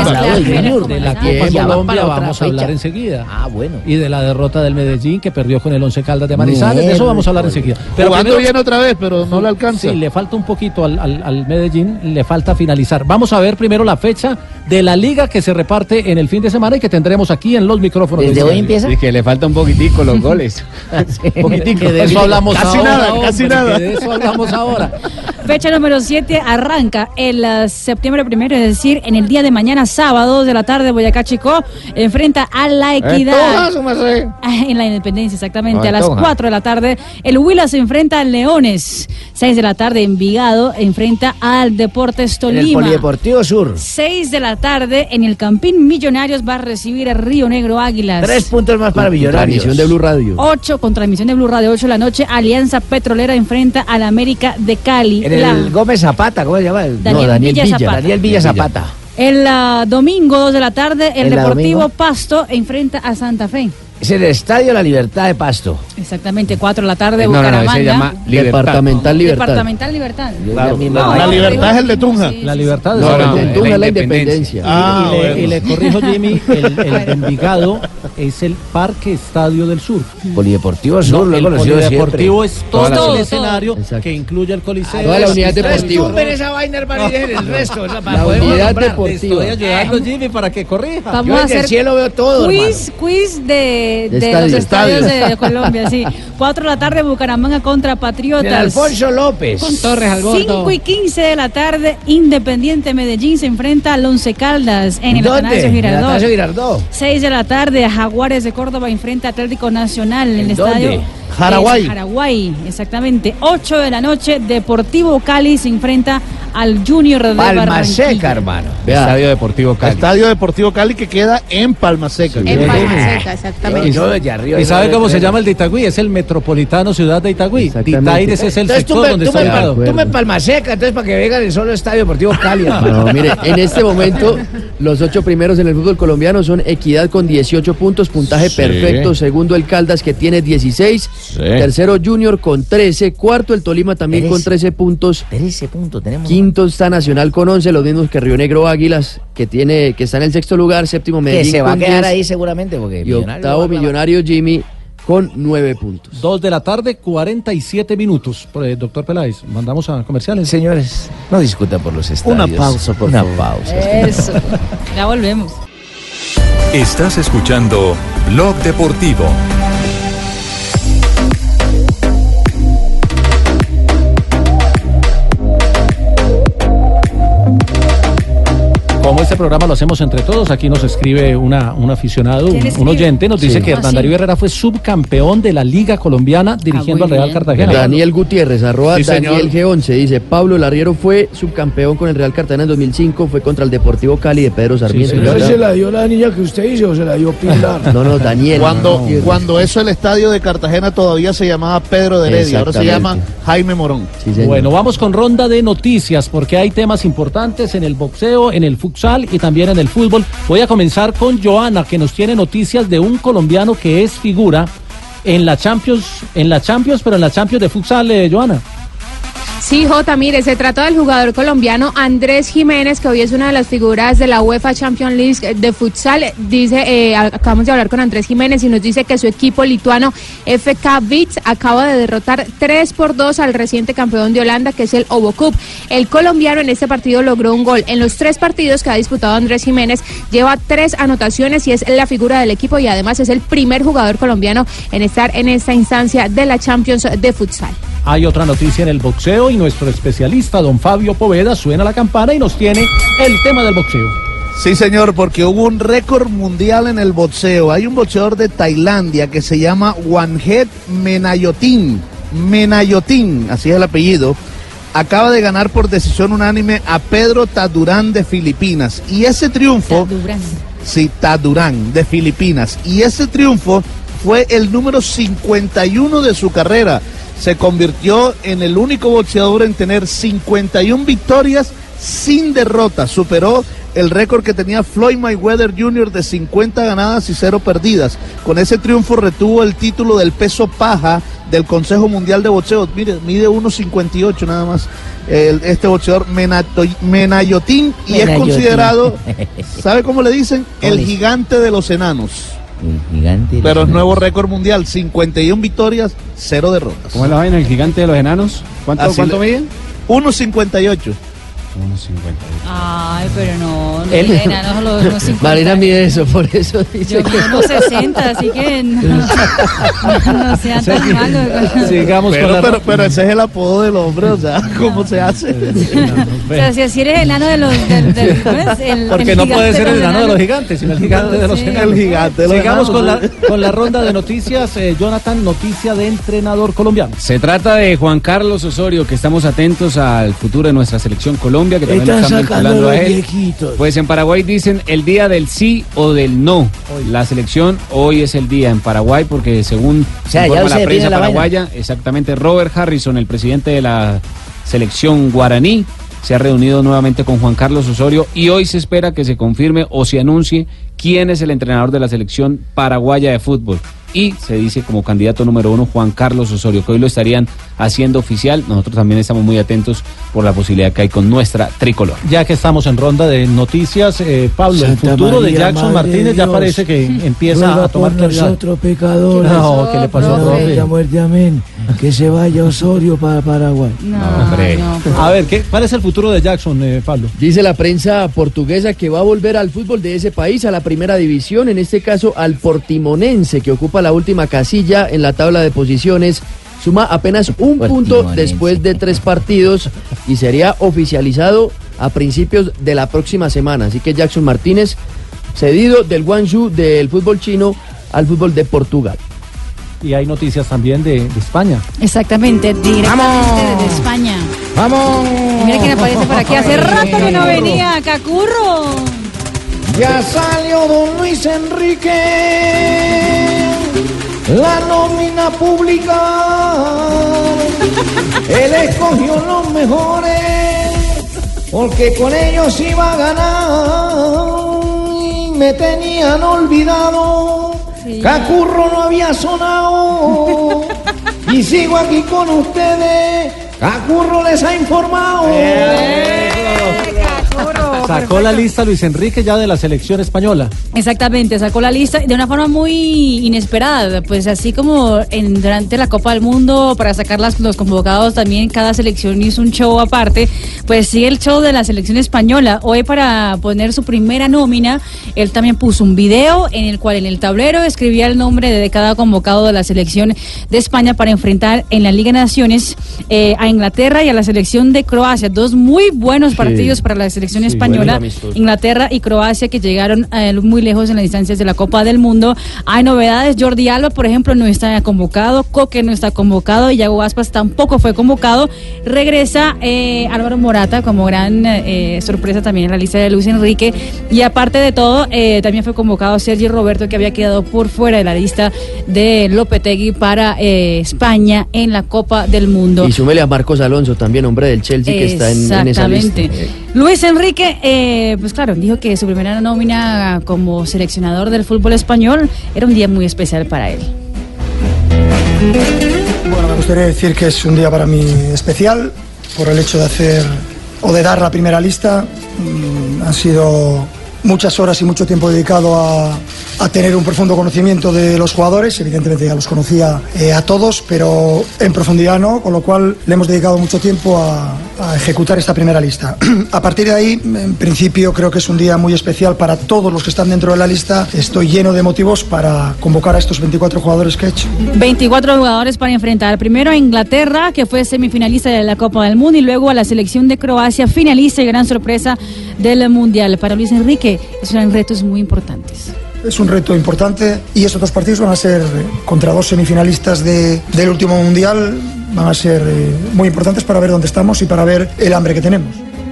Copa Colombia, vamos a hablar enseguida. Bueno. Y de la derrota del Medellín que perdió con el Once Caldas de Manizales, de eso vamos a hablar enseguida. Pero jugando bien otra vez, pero no le alcanza. Sí, le falta un poquito al Medellín, le falta finalizar. Vamos a ver primero la fecha de la liga que se reparte en el fin de semana y que tendremos aquí en los micrófonos. ¿Desde hoy empieza? Y que le falta un poquitico los goles. Poquitico, de eso hablamos ahora. Casi nada. De eso hablamos ahora. Fecha número 7 arranca el septiembre 1, es decir, en el día de mañana, sábado, 2 de la tarde, Boyacá Chicó enfrenta a La Equidad. En la Independencia, exactamente, a las 4 de la tarde. El Huila se enfrenta al Leones. 6 de la tarde, Envigado enfrenta al Deportes Tolima. En el Polideportivo Sur. 6 de la tarde, en el Campín Millonarios va a recibir a Río Negro Águilas. 3 puntos más para Millonarios. transmisión de Blue Radio. 8 con transmisión de Blue Radio, 8 de la noche, Alianza Petrolera enfrenta al América de Cali. En el Gómez Zapata, ¿cómo se llama? Daniel Villa Zapata. Daniel Villa Zapata. El domingo, 2 de la tarde, el Deportivo domingo. Pasto enfrenta a Santa Fe. Es el Estadio La Libertad de Pasto. Exactamente, 4 de la tarde, No, Bucaramanga. se llama Departamental Libertad. Departamental Libertad. Claro. No, La Libertad es el de Tunja. La Libertad No, es el de Tunja es la Independencia. Y le corrijo, Jimmy, el de Envigado es el Parque Estadio del Sur. Polideportivo Sur, lo he el conocido Polideportivo siempre. es todo Todo. el escenario Exacto. que incluye el Coliseo. Toda la unidad deportiva. Tumben esa vaina, hermano, y dejen el resto. La unidad deportiva. Estoy ayudando, Jimmy, para que corrija. Vamos Yo a desde el hacer cielo veo todo, quiz de estadios. los estadios de Colombia, sí. 4 de la tarde, Bucaramanga contra Patriotas. De Alfonso López. Con Torres al bordo. 5:15 de la tarde, Independiente Medellín se enfrenta al Once Caldas en el ¿Dónde? Atanasio En el Girardot. Atanasio Girardot. 6 de la tarde, Jaguares de Córdoba enfrenta a Atlético Nacional en el ¿Dónde? estadio Jaraguay. Jaraguay, exactamente. 8 de la noche, Deportivo Cali se enfrenta al Junior de Palma Barranquilla. Seca, hermano. Estadio Deportivo Cali. Estadio Deportivo Cali que queda en Palma Seca. En Palma Seca, exactamente. Yo desde arriba. ¿Y sabe cómo se llama el de Itagüí? Es el Metropolitano Ciudad de Itagüí. Exactamente. Ditaires es el Entonces sector donde está ubicado. tú me Palma Seca, entonces para que vengan el solo Estadio Deportivo Cali, hermano. No, mire, en este momento los 8 primeros en el fútbol colombiano son Equidad con 18 puntos, puntaje Sí. perfecto. Segundo el Caldas que tiene 16. Tercero Junior con 13. Cuarto el Tolima también con 13 puntos. 13 puntos tenemos. Quinto está Nacional con 11, los mismos que Río Negro Águilas, que está en el sexto lugar. Séptimo Que Medellín se va a con quedar 10. ahí seguramente porque Y Millonario octavo va a- Millonario Jimmy con 9 puntos. 2 de la tarde, 47 minutos. Doctor Peláez, mandamos a comerciales. Señores, no discutan por los estadios. Una pausa, por favor. Una pausa. Eso. Ya volvemos. Estás escuchando Blog Deportivo. Como este programa lo hacemos entre todos, aquí nos escribe un aficionado, ¿Quién un escribe? oyente, nos dice Sí. que Hernán sí. Darío Herrera fue subcampeón de la Liga Colombiana dirigiendo al muy Real bien. Cartagena. Daniel Gutiérrez, arroba Sí, señor. Daniel G11, dice, Pablo Larriero fue subcampeón con el Real Cartagena en 2005, fue contra el Deportivo Cali de Pedro Sarmiento. señor. ¿Verdad? la dio la niña que usted dice o se la dio Pilar? No, Daniel. Cuando eso el estadio de Cartagena todavía se llamaba Pedro de Heredia, ahora se llama Exactamente. Jaime Morón. Sí, señor. Bueno, vamos con ronda de noticias porque hay temas importantes en el boxeo, en el futsal y también en el fútbol. Voy a comenzar con Joana, que nos tiene noticias de un colombiano que es figura en la Champions, pero en la Champions de futsal, Joana. Sí, Jota, mire, se trata del jugador colombiano Andrés Jiménez, que hoy es una de las figuras de la UEFA Champions League de futsal. Dice, acabamos de hablar con Andrés Jiménez y nos dice que su equipo lituano FK Vitz acaba de derrotar 3-2 al reciente campeón de Holanda, que es el Ovo Cup. El colombiano en este partido logró un gol. En los 3 partidos que ha disputado Andrés Jiménez, lleva 3 anotaciones y es la figura del equipo y además es el primer jugador colombiano en estar en esta instancia de la Champions de futsal. Hay otra noticia en el boxeo y nuestro especialista, don Fabio Poveda, suena la campana y nos tiene el tema del boxeo. Sí, señor, porque hubo un récord mundial en el boxeo. Hay un boxeador de Tailandia que se llama Wanhet Menayotin. Menayotin, así es el apellido. Acaba de ganar por decisión unánime a Pedro Tadurán de Filipinas. Y ese triunfo... Sí, Tadurán de Filipinas. Y ese triunfo fue el número 51 de su carrera. Se convirtió en el único boxeador en tener 51 victorias sin derrota. Superó el récord que tenía Floyd Mayweather Jr. de 50 ganadas y 0 perdidas. Con ese triunfo retuvo el título del peso paja del Consejo Mundial de Boxeo. Mire, mide 1.58 nada más. Este boxeador Menayotin, y es considerado, ¿sabe cómo le dicen? El gigante de los enanos. El gigante. Pero es nuevo récord mundial, 51 victorias, 0 derrotas. ¿Cómo es la vaina? ¿El gigante de los enanos? ¿Cuánto mide? 1.58. 1.50. Ay, pero no, Él- enanos los 50. Marina mide eso, por eso dice Yo que... mido unos 60, así que no sean tan malos. Sigamos con la... Pero ese es el apodo del hombre, o sea, ¿cómo se hace? O sea, si así eres enano de los... ¿cómo es? Porque el no gigante puede ser el enano de los enanos. gigantes, sino el gigante de los Sí. enanos. El gigante de los Sigamos enanos. con la ronda de noticias. Jonathan, noticia de entrenador colombiano. Se trata de Juan Carlos Osorio, que estamos atentos al futuro de nuestra selección Colombia. Colombia, que también lo están vinculando a él. Pues en Paraguay dicen el día del sí o del no. La selección hoy es el día en Paraguay, porque según informa la prensa paraguaya, exactamente, Robert Harrison, el presidente de la selección guaraní, se ha reunido nuevamente con Juan Carlos Osorio y hoy se espera que se confirme o se anuncie quién es el entrenador de la selección paraguaya de fútbol. Y se dice como candidato número 1 Juan Carlos Osorio, que hoy lo estarían haciendo oficial. Nosotros también estamos muy atentos por la posibilidad que hay con nuestra tricolor. Ya que estamos en ronda de noticias, Pablo, Santa el futuro María, de Jackson Madre Martínez ya Dios, parece que empieza ruega a tomar por claridad. nosotros pecadores. No, ¿qué le pasó, profe? La muerte, amén. Que se vaya Osorio para Paraguay. Hombre. A ver, ¿cuál es el futuro de Jackson, Pablo? Dice la prensa portuguesa que va a volver al fútbol de ese país, a la primera división, en este caso al Portimonense, que ocupa la última casilla en la tabla de posiciones. Suma apenas un punto después de 3 partidos y sería oficializado a principios de la próxima semana. Así que Jackson Martínez, cedido del Guangzhou del fútbol chino al fútbol de Portugal. Y hay noticias también de España. Exactamente, directamente desde España. ¡Vamos! Mira quién aparece por aquí. Hace rato que no venía, Cacurro. Ya salió don Luis Enrique, la nómina pública. Él escogió los mejores, porque con ellos iba a ganar. Y me tenían olvidado. Sí. Cacurro no había sonado. Y sigo aquí con ustedes. Cacurro les ha informado. Sacó la lista Luis Enrique ya de la selección española. Exactamente, sacó la lista de una forma muy inesperada, pues así como durante la Copa del Mundo, para sacar los convocados, también cada selección hizo un show aparte, pues sigue el show de la selección española. Hoy, para poner su primera nómina, él también puso un video en el cual en el tablero escribía el nombre de cada convocado de la selección de España para enfrentar en la Liga de Naciones a Inglaterra y a la selección de Croacia. 2 muy buenos partidos para la selección española. Inglaterra y Croacia, que llegaron muy lejos en las distancias de la Copa del Mundo. Hay novedades. Jordi Alba, por ejemplo, no está convocado. Coque no está convocado. Y Yago Aspas tampoco fue convocado. Regresa Álvaro Morata como gran sorpresa también en la lista de Luis Enrique. Y aparte de todo, también fue convocado Sergi Roberto, que había quedado por fuera de la lista de Lopetegui para España en la Copa del Mundo. Y súmele a Marcos Alonso, también hombre del Chelsea, que está en esa lista. Luis Enrique, pues claro, dijo que su primera nómina como seleccionador del fútbol español era un día muy especial para él. Bueno, me gustaría decir que es un día para mí especial por el hecho de hacer o de dar la primera lista. Han sido muchas horas y mucho tiempo dedicado a tener un profundo conocimiento de los jugadores. Evidentemente ya los conocía a todos, pero en profundidad no, con lo cual le hemos dedicado mucho tiempo a ejecutar esta primera lista. A partir de ahí, en principio, creo que es un día muy especial para todos los que están dentro de la lista. Estoy lleno de motivos para convocar a estos 24 jugadores que he hecho. 24 jugadores para enfrentar primero a Inglaterra, que fue semifinalista de la Copa del Mundo, y luego a la selección de Croacia, finalista y gran sorpresa del Mundial. Para Luis Enrique, son retos muy importantes. Es un reto importante y estos 2 partidos van a ser contra 2 semifinalistas del último Mundial. Van a ser muy importantes para ver dónde estamos y para ver el hambre que tenemos.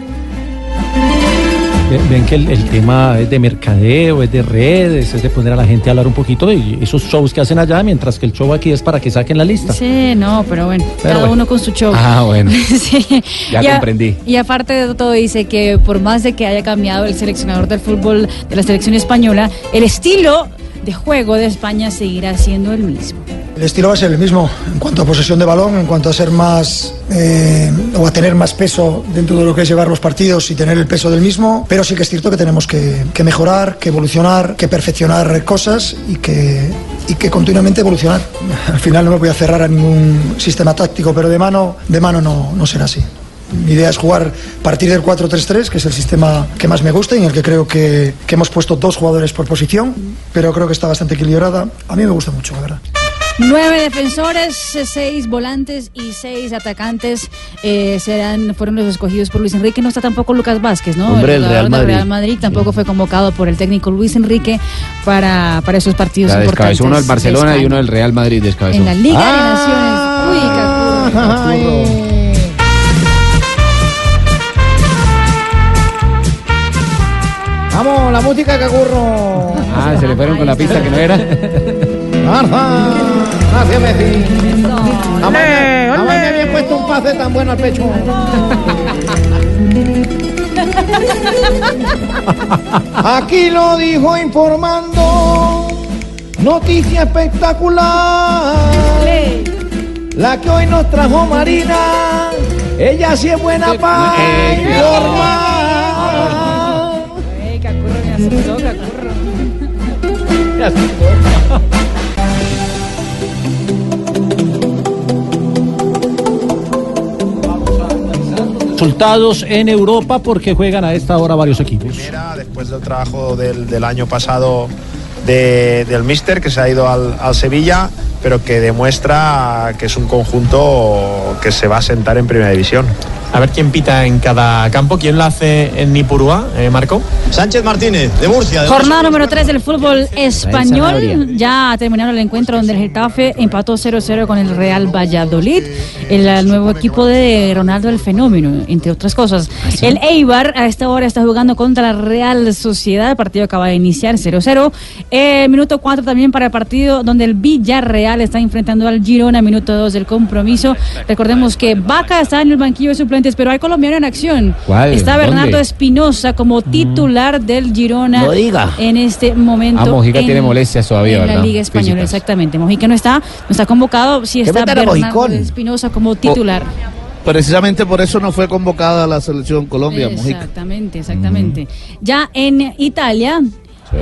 Ven que el tema es de mercadeo, es de redes, es de poner a la gente a hablar un poquito de esos shows que hacen allá, mientras que el show aquí es para que saquen la lista. Sí, no, pero bueno, cada uno con su show. Ah, bueno. Sí. Ya comprendí. Y aparte de todo, dice que por más de que haya cambiado el seleccionador del fútbol de la selección española, el estilo de juego de España seguirá siendo el mismo. El estilo va a ser el mismo en cuanto a posesión de balón, en cuanto a ser más o a tener más peso dentro de lo que es llevar los partidos y tener el peso del mismo, pero sí que es cierto que tenemos que mejorar, que evolucionar, que perfeccionar cosas y que continuamente evolucionar. Al final no me voy a cerrar a ningún sistema táctico, pero de mano no será así. Mi idea es jugar a partir del 4-3-3, que es el sistema que más me gusta y en el que creo que hemos puesto 2 jugadores por posición, pero creo que está bastante equilibrada. A mí me gusta mucho, la verdad. 9 defensores, 6 volantes y 6 atacantes fueron los escogidos por Luis Enrique. No está tampoco Lucas Vázquez, ¿no? Hombre, el jugador del Real Madrid tampoco fue convocado por el técnico Luis Enrique para esos partidos importantes. Descabezó uno del Barcelona y uno del Real Madrid descabezó. En la Liga de Naciones. Uy, Cacurro. la música que curro. Ah, se le fueron con la pista que no era. Barça, gracias Messi. Jamás me había puesto un pase tan bueno al pecho. Aquí lo dijo informando, noticia espectacular, la que hoy nos trajo Marina, ella sí es buena para informar. Cacurro me asustó, Cacurro. Resultados en Europa porque juegan a esta hora varios equipos. Después del trabajo del año pasado del míster, que se ha ido al Sevilla, pero que demuestra que es un conjunto que se va a sentar en primera división. A ver quién pita en cada campo. ¿Quién lo hace en Nipurúa, Marco? Sánchez Martínez, de Murcia. Jornada número 3 del fútbol español. Ya terminaron el encuentro donde el Getafe empató 0-0 con el Real Valladolid, el nuevo equipo de Ronaldo el Fenómeno, entre otras cosas. ¿Sí? El Eibar a esta hora está jugando contra la Real Sociedad. El partido acaba de iniciar 0-0. Minuto 4 también para el partido donde el Villarreal está enfrentando al Girona. Minuto 2 del compromiso. Recordemos que Vaca está en el banquillo de suplentes, pero hay colombiano en acción. ¿Cuál? Está Bernardo Espinosa como titular del Girona. No diga. En este momento. Mojica tiene molestias todavía, en ¿verdad? la Liga Española, Físicas. exactamente. Mojica no está convocado. Sí está Bernardo Espinosa como titular. Precisamente por eso no fue convocada a la selección Colombia, Mojica. Exactamente. Ya en Italia. Sí.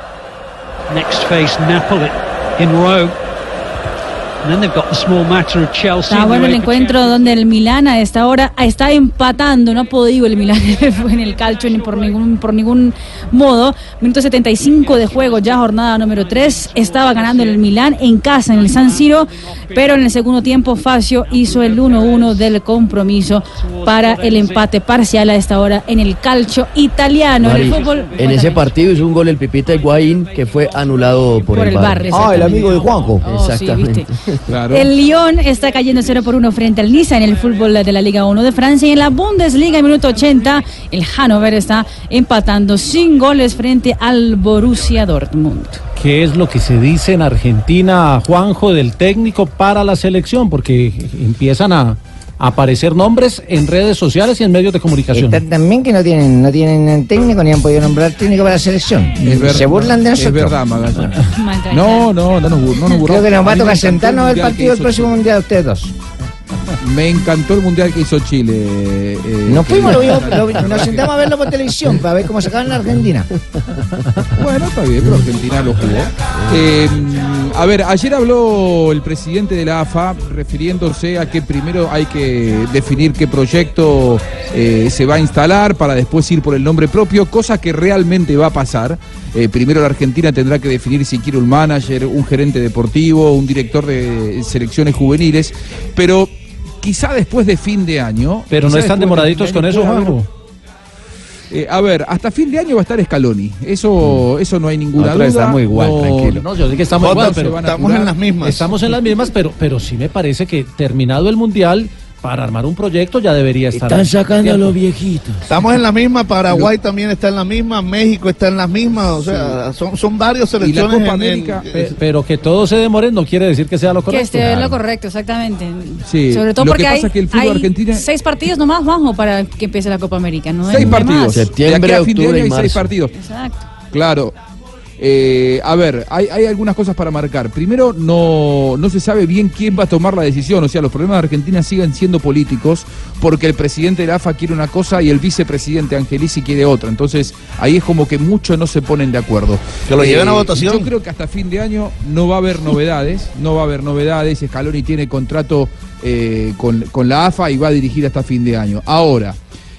Next face Napoli in Rome. And then they've got the small matter of Chelsea. Está bueno el encuentro donde el Milán a esta hora está empatando. No ha podido el Milán en el calcio ni por ningún modo. Minuto 75 de juego, ya jornada número 3. Estaba ganando el Milán en casa, en el San Siro, pero en el segundo tiempo Facio hizo el 1-1 del compromiso para el empate parcial a esta hora en el calcio italiano. Mari, en el fútbol, en ese partido hizo un gol el Pipita Higuaín que fue anulado por el VAR. El amigo de Juanjo. Exactamente. Sí, el Lyon está cayendo 0-1 frente al Niza en el fútbol de la Liga 1 de Francia, y en la Bundesliga en minuto 80 el Hannover está empatando sin goles frente al Borussia Dortmund. ¿Qué es lo que se dice en Argentina, Juanjo, del técnico para la selección? Porque empiezan a aparecer nombres en redes sociales y en medios de comunicación. Están también que no tienen técnico ni han podido nombrar técnico para la selección. Se burlan de nosotros. Es verdad, Magallanes. No nos burlamos. Creo que nos va a tocar sentarnos el partido del próximo mundial, ustedes dos. Me encantó el mundial que hizo Chile. Nos fuimos, nos sentamos a verlo por televisión para ver cómo sacaban en Argentina. Bueno, está bien, pero Argentina lo jugó. A ver, ayer habló el presidente de la AFA refiriéndose a que primero hay que definir qué proyecto se va a instalar para después ir por el nombre propio, cosa que realmente va a pasar. Primero la Argentina tendrá que definir si quiere un manager, un gerente deportivo, un director de selecciones juveniles, pero quizá después de fin de año. Pero no están demoraditos con eso, Juanjo. A ver, hasta fin de año va a estar Scaloni. Eso no hay ninguna duda. Estamos igual, tranquilo. No, yo sé que estamos igual, pero estamos en las mismas. Estamos en las mismas, pero sí me parece que terminado el mundial, para armar un proyecto ya debería estar. Están sacando a los viejitos. Estamos en la misma, Paraguay también está en la misma, México está en las mismas, o sea, son varios selecciones. Y la Copa América. Pero que todo se demore no quiere decir que sea lo correcto. Que esté lo correcto, exactamente. Sí, sobre todo lo porque que pasa es que el fútbol argentino... 6 partidos nomás, Juanjo, para que empiece la Copa América. No 6 partidos. Septiembre, de aquí a fin de octubre año y hay 6 marzo. partidos. Exacto. Claro. A ver, hay algunas cosas para marcar. Primero, no se sabe bien quién va a tomar la decisión. O sea, los problemas de Argentina siguen siendo políticos porque el presidente de la AFA quiere una cosa y el vicepresidente Angelici quiere otra. Entonces, ahí es como que muchos no se ponen de acuerdo. Que lo lleven a votación. Yo creo que hasta fin de año no va a haber novedades. Scaloni tiene contrato con la AFA y va a dirigir hasta fin de año. Ahora,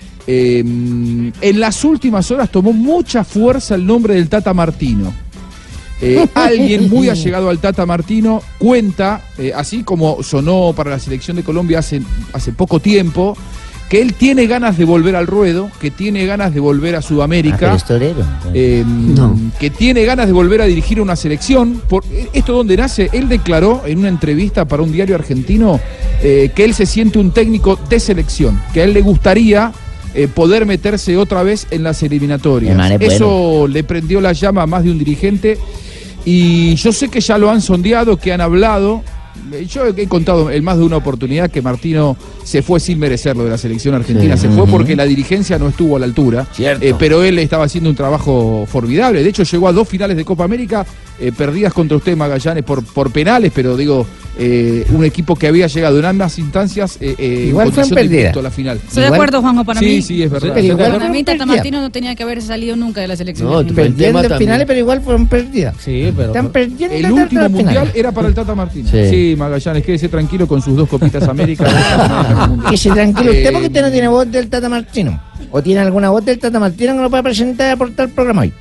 en las últimas horas tomó mucha fuerza el nombre del Tata Martino. Alguien muy allegado al Tata Martino cuenta, así como sonó para la selección de Colombia hace poco tiempo, que él tiene ganas de volver al ruedo, que tiene ganas de volver a Sudamérica, que tiene ganas de volver a dirigir una selección. ¿Esto dónde nace? Él declaró en una entrevista para un diario argentino que él se siente un técnico de selección, que a él le gustaría poder meterse otra vez en las eliminatorias. Eso le prendió la llama a más de un dirigente y yo sé que ya lo han sondeado, que han hablado. Yo he contado en más de una oportunidad que Martino se fue sin merecerlo de la selección argentina, se fue porque la dirigencia no estuvo a la altura, pero él estaba haciendo un trabajo formidable. De hecho llegó a 2 finales de Copa América, perdidas contra usted, Magallanes, por penales, pero digo, un equipo que había llegado en ambas instancias igual fue en perdida a la final. Estoy de acuerdo, Juanjo, para mí. Sí, es verdad. Para mí Tata Martino no tenía que haber salido nunca de la selección. No, perdieron en finales, pero igual fueron perdidas. Sí, pero están perdiendo el último mundial era para el Tata Martino. Sí, Magallanes, quédese tranquilo con sus 2 copitas América. Quédese tranquilo. ¿Usted por qué no tiene voz del Tata Martino? ¿O tiene alguna voz del Tata Martino que nos pueda presentar y aportar al programa hoy?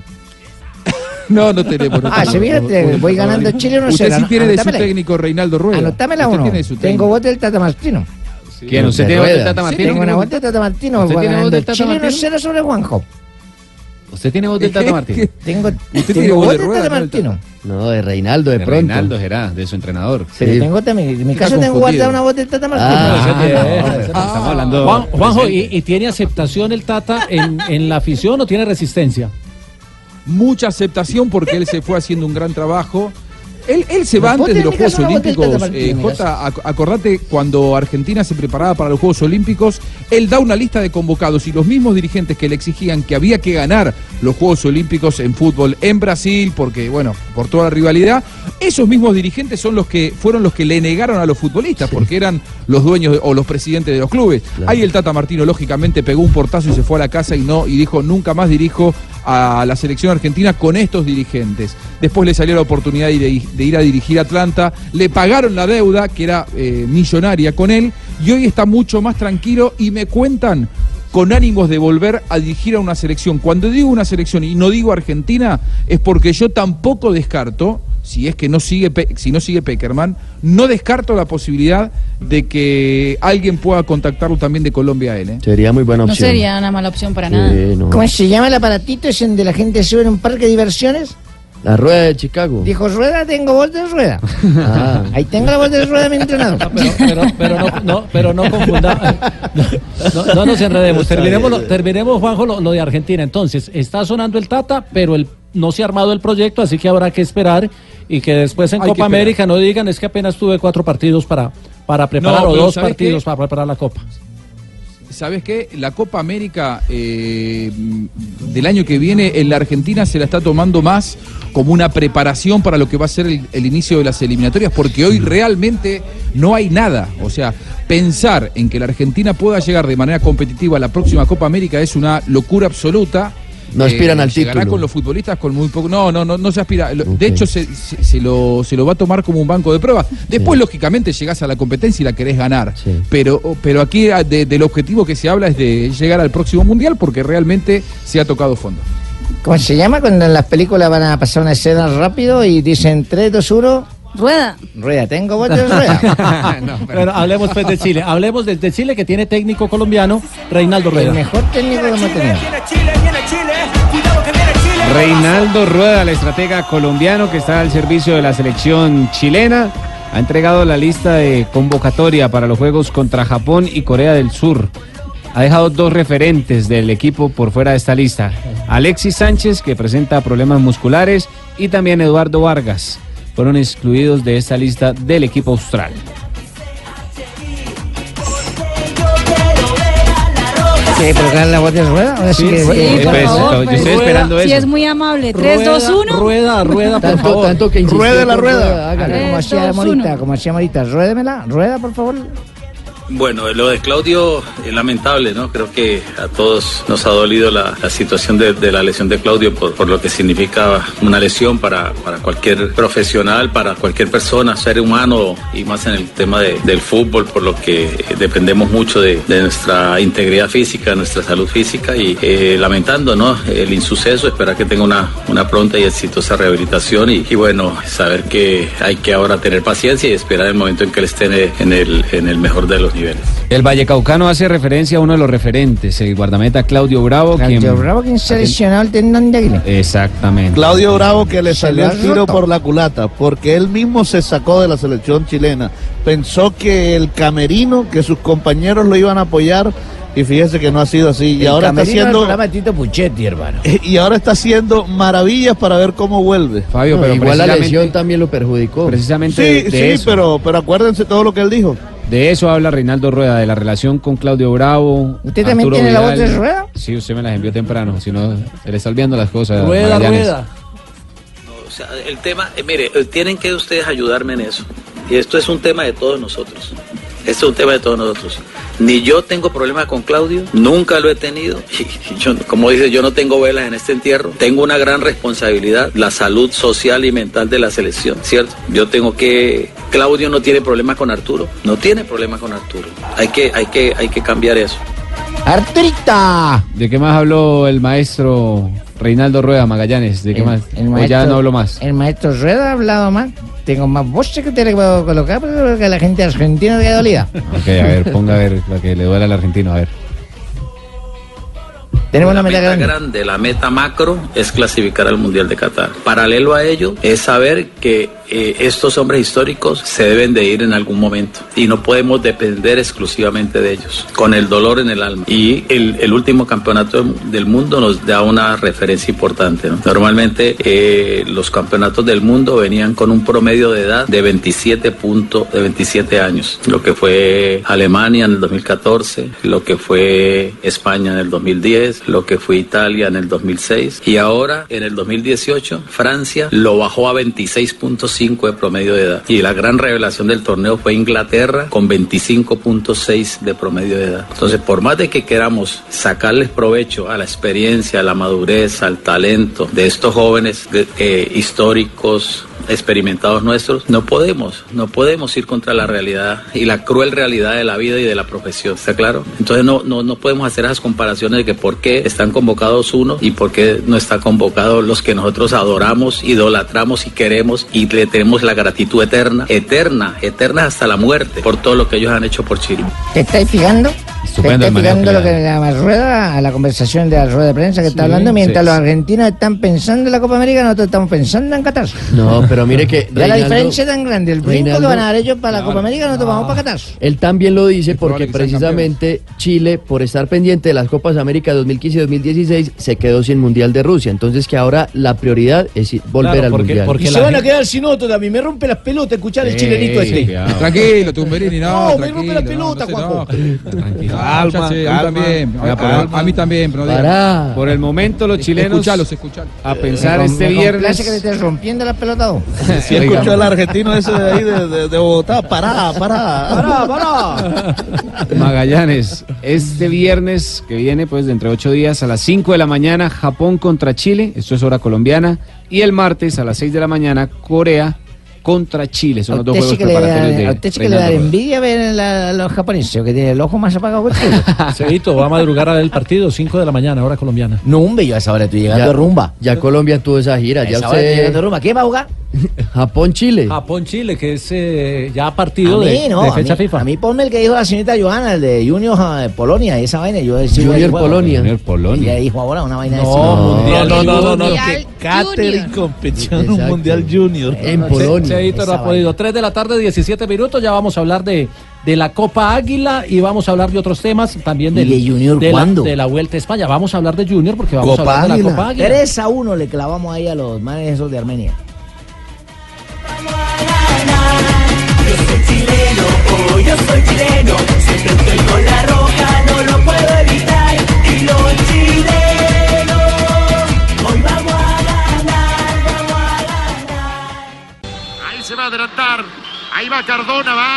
No tenemos. Se fíjate, voy ganando Chile 1-0. Usted sí tiene de su técnico Reinaldo Rueda. Anotámela uno. Tengo voz del Tata Martino. ¿Quién? ¿Usted tiene voz del Tata Martino? Tengo una voz del Tata Martino. ¿Usted tiene voz del Tata Martino? Chile 1-0 sobre Juanjo. ¿Usted tiene voz del Tata Martino? Tengo voz del Tata Martino. No, de Reinaldo, de pronto. Reinaldo será, de su entrenador. Pero tengo también, en mi caso tengo guardada una voz del Tata Martino. Estamos hablando. Juanjo, ¿y tiene aceptación el Tata en la afición o tiene resistencia? Mucha aceptación porque él se fue haciendo un gran trabajo. Él se va antes de los Juegos Olímpicos. Jota, acordate, cuando Argentina se preparaba para los Juegos Olímpicos, él da una lista de convocados y los mismos dirigentes que le exigían que había que ganar los Juegos Olímpicos en fútbol en Brasil, porque, bueno, por toda la rivalidad, esos mismos dirigentes fueron los que le negaron a los futbolistas, porque eran los dueños o los presidentes de los clubes. Claro. Ahí el Tata Martino, lógicamente, pegó un portazo y se fue a la casa y dijo, nunca más dirijo a la selección argentina con estos dirigentes. Después le salió la oportunidad de ir a dirigir a Atlanta, le pagaron la deuda, que era millonaria con él, y hoy está mucho más tranquilo y me cuentan con ánimos de volver a dirigir a una selección. Cuando digo una selección y no digo Argentina, es porque yo tampoco descarto, si no sigue Pekerman, no descarto la posibilidad de que alguien pueda contactarlo también de Colombia a él. Sería muy buena opción. No sería una mala opción para nada. No. ¿Cómo se llama el aparatito ese donde la gente sube en un parque de diversiones? La Rueda de Chicago. Dijo Rueda, tengo voz de Rueda. Ahí tengo la voz de Rueda, mi entrenador. Pero no confundamos. No nos enredemos. Terminemos, Juanjo, lo de Argentina. Entonces, está sonando el Tata, pero no se ha armado el proyecto, así que habrá que esperar y que después en Copa América no digan es que apenas tuve 4 partidos para preparar o 2 partidos para preparar la Copa. ¿Sabes qué? La Copa América del año que viene en la Argentina se la está tomando más como una preparación para lo que va a ser el inicio de las eliminatorias, porque hoy realmente no hay nada. O sea, pensar en que la Argentina pueda llegar de manera competitiva a la próxima Copa América es una locura absoluta. No aspiran al título. Llegará con los futbolistas con muy poco. No se aspira. De hecho, se lo va a tomar como un banco de pruebas. Después, lógicamente, llegás a la competencia y la querés ganar. Sí. Pero aquí del objetivo que se habla es de llegar al próximo mundial, porque realmente se ha tocado fondo. ¿Cómo se llama cuando en las películas van a pasar una escena rápido y dicen 3, 2, 1? Rueda, tengo voz de Rueda. Pero hablemos pues de Chile. Hablemos de Chile, que tiene técnico colombiano, Reinaldo Rueda. El mejor técnico que hemos tenido. Reinaldo Rueda, el estratega colombiano que está al servicio de la selección chilena, ha entregado la lista de convocatoria para los juegos contra Japón y Corea del Sur. Ha dejado 2 referentes del equipo por fuera de esta lista: Alexis Sánchez, que presenta problemas musculares, y también Eduardo Vargas. Fueron excluidos de esta lista del equipo austral. ¿Qué colocar la voz de Rueda? Sí, por favor, yo estoy esperando eso. Si es muy amable. 3, 2, 1. Rueda, por favor. Tanto que ruede la rueda. Como hacía Morita, ruédemela. Rueda, por favor. Bueno, lo de Claudio es lamentable, ¿no? Creo que a todos nos ha dolido la situación de la lesión de Claudio por lo que significa una lesión para cualquier profesional, para cualquier persona, ser humano, y más en el tema del fútbol, por lo que dependemos mucho de nuestra integridad física, nuestra salud física, y lamentando, ¿no? El insuceso, esperar que tenga una pronta y exitosa rehabilitación y bueno, saber que hay que ahora tener paciencia y esperar el momento en que él esté en el mejor de los niveles. El vallecaucano hace referencia a uno de los referentes, el guardameta Claudio Bravo. Quien se lesionó el tendón de Aquiles. Exactamente. Claudio Bravo, que le salió el tiro por la culata, porque él mismo se sacó de la selección chilena. Pensó que el camerino, que sus compañeros lo iban a apoyar, Y fíjese que no ha sido así. Y El ahora está camerino del haciendo. programa de Tito Puchetti, hermano. Y ahora está haciendo maravillas para ver cómo vuelve. Fabio, pero igual la precisamente- lesión también lo perjudicó. Precisamente Sí, de sí, eso. pero acuérdense todo lo que él dijo. De eso habla Reinaldo Rueda, de la relación con Claudio Bravo. ¿Usted también Arturo tiene la voz Vidal. de Rueda? Sí, usted me las envió temprano, si no, se le están olvidando las cosas. Rueda, Magallanes. rueda. O sea, el tema, mire, tienen que ustedes ayudarme en eso. Y esto es un tema de todos nosotros. Esto es un tema de todos nosotros. Ni yo tengo problema con Claudio, nunca lo he tenido. Y yo, como dice, yo no tengo velas en este entierro. Tengo una gran responsabilidad, la salud social y mental de la selección, ¿cierto? Yo tengo que... Claudio no tiene problema con Arturo, no tiene problema con Arturo. Hay que cambiar eso. ¡Arturita! ¿De qué más habló el maestro Reinaldo Rueda, Magallanes? ¿De qué más? ¿O ya no habló más? El maestro Rueda ha hablado más. Tengo más voces que te le puedo colocar, pero que a la gente argentina queda dolida. Ok, a ver, ponga a ver, para que le duela al argentino, a ver. Tenemos la una meta grande, la meta macro es clasificar al Mundial de Qatar. Paralelo a ello es saber que estos hombres históricos se deben de ir en algún momento y no podemos depender exclusivamente de ellos, con el dolor en el alma. Y el último campeonato del mundo nos da una referencia importante, ¿no? Normalmente los campeonatos del mundo venían con un promedio de edad de 27 años, lo que fue Alemania en el 2014, lo que fue España en el 2010, lo que fue Italia en el 2006 y ahora en el 2018 Francia lo bajó a 26.5 de promedio de edad y la gran revelación del torneo fue Inglaterra con 25.6 de promedio de edad. Entonces, por más de que queramos sacarles provecho a la experiencia, a la madurez, al talento de estos jóvenes históricos, experimentados nuestros, no podemos ir contra la realidad y la cruel realidad de la vida y de la profesión, ¿está claro? Entonces no podemos hacer esas comparaciones de que por qué están convocados unos y por qué no está convocados los que nosotros adoramos, idolatramos y queremos y le tenemos la gratitud eterna hasta la muerte por todo lo que ellos han hecho por Chile. ¿Te estáis fijando? Estupendo ¿Te el estáis manejo fijando que lo que la Rueda, a la conversación de la rueda de prensa que está hablando? Mientras los argentinos están pensando en la Copa América, nosotros estamos pensando en Qatar. No, pero mire que Ya la diferencia es tan grande. El brinco que van a dar ellos para la Copa América, nosotros vamos para Qatar. Él también lo dice porque probable que sean precisamente Chile, por estar pendiente de las Copas América 2015 y 2016, se quedó sin Mundial de Rusia. Entonces que ahora la prioridad es volver al Mundial. Y se van a quedar sin otro también. Me rompe las pelotas escuchar el chilenito este. Tranquilo, Tumberini, No, me rompe la pelota, Juanjo. Calma, a mí también, pero no digan. Pará. Por el momento los chilenos Escuchalos. a pensar Me este complace viernes. que le estés rompiendo la pelota. ¿O? Si escuchó al argentino ese de ahí de Bogotá, pará. Magallanes, este viernes que viene, pues dentro de 8 días, a las 5 de la mañana, Japón contra Chile, esto es hora colombiana, y el martes a las 6 de la mañana, Corea contra Chile, son los dos juegos preparatorios de ¿A usted sí que le da Reinaldo Rueda. envidia ver a los japoneses, que tiene el ojo más apagado que el tuyo? Seito, va a madrugar a ver el partido, 5 de la mañana, hora colombiana. No, hombre, yo a esa hora estoy llegando Ya- de rumba. Ya Colombia tuvo esa gira. A Ya esa hora estoy llegando de usted. rumba. ¿Qué va a jugar? Japón-Chile. Japón-Chile, que es ya partido A mí, de, no, de a fecha mí, FIFA. a mí ponme el que dijo la señorita Johanna, el de Junior Polonia, esa vaina. Yo decía Junior Polonia. Junior Polonia. Ella dijo ahora una vaina de No, esa. que catering competición en un Mundial Junior. En Polonia. Cheito no Esa ha podido. 3 de la tarde, 17 minutos. Ya vamos a hablar de la Copa Águila y vamos a hablar de otros temas también ¿Y de Junior cuándo? de la Vuelta a España. Vamos a hablar de Junior porque vamos Copa a hablar de Águila. la Copa Águila. 3-1 le clavamos ahí a los manes esos de Armenia. Yo soy chileno, siempre estoy con la roja, no lo puedo evitar. Y los chilenos, hoy vamos a ganar. Ahí se va a adelantar. Ahí va Cardona, va.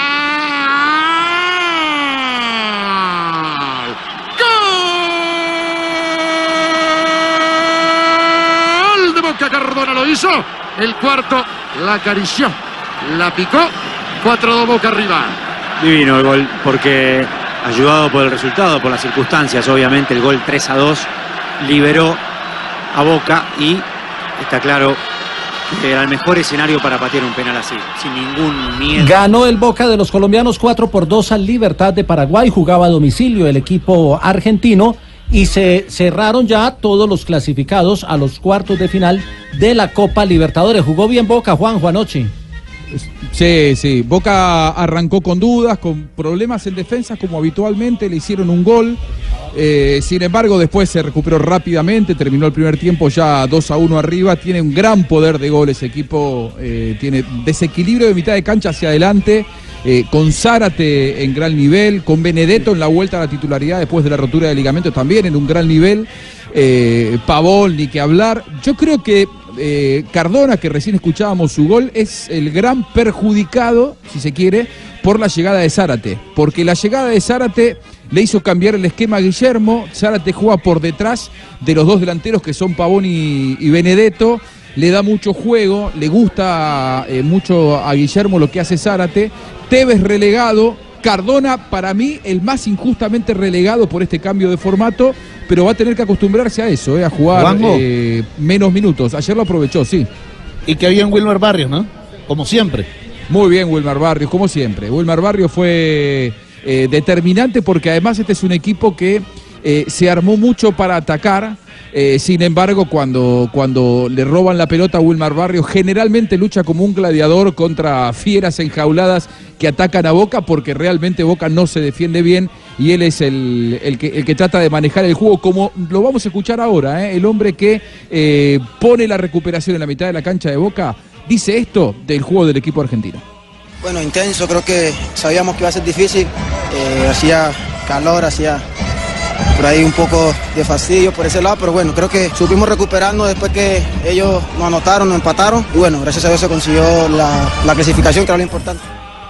¡Gol de Boca! Cardona lo hizo. El cuarto la acarició, la picó. 4-2 Boca arriba. Divino el gol, porque ayudado por el resultado, por las circunstancias, obviamente el gol 3-2 liberó a Boca y está claro que era el mejor escenario para patear un penal así, sin ningún miedo. Ganó el Boca de los colombianos 4-2 al Libertad de Paraguay. Jugaba a domicilio el equipo argentino y se cerraron ya todos los clasificados a los cuartos de final de la Copa Libertadores. Jugó bien Boca, Juanjo, anoche. Sí. Boca arrancó con dudas, con problemas en defensa, como habitualmente le hicieron un gol. Sin embargo, después se recuperó rápidamente, terminó el primer tiempo ya 2-1 arriba, tiene un gran poder de gol ese equipo, tiene desequilibrio de mitad de cancha hacia adelante, con Zárate en gran nivel, con Benedetto en la vuelta a la titularidad después de la rotura de ligamentos también en un gran nivel, Pavón ni que hablar. Yo creo que Cardona, que recién escuchábamos su gol, es el gran perjudicado, si se quiere, por la llegada de Zárate, porque la llegada de Zárate le hizo cambiar el esquema a Guillermo. Zárate juega por detrás de los dos delanteros que son Pavón y Benedetto, le da mucho juego, le gusta mucho a Guillermo lo que hace Zárate. Tevez relegado, Cardona para mí el más injustamente relegado por este cambio de formato, pero va a tener que acostumbrarse a eso, a jugar menos minutos. Ayer lo aprovechó, sí. Y que bien Wilmer Barrios, ¿no? Como siempre. Muy bien Wilmer Barrios, como siempre. Wilmer Barrios fue determinante porque además este es un equipo que se armó mucho para atacar. Sin embargo, cuando le roban la pelota a Wilmer Barrios, generalmente lucha como un gladiador contra fieras enjauladas que atacan a Boca, porque realmente Boca no se defiende bien y él es el que trata de manejar el juego, como lo vamos a escuchar ahora, el hombre que pone la recuperación en la mitad de la cancha de Boca, dice esto del juego del equipo argentino. Bueno, intenso, creo que sabíamos que iba a ser difícil, hacía calor, hacía por ahí un poco de fastidio por ese lado, pero bueno, creo que supimos recuperarnos después que ellos nos anotaron, nos empataron y bueno, gracias a Dios se consiguió la clasificación, que era lo importante.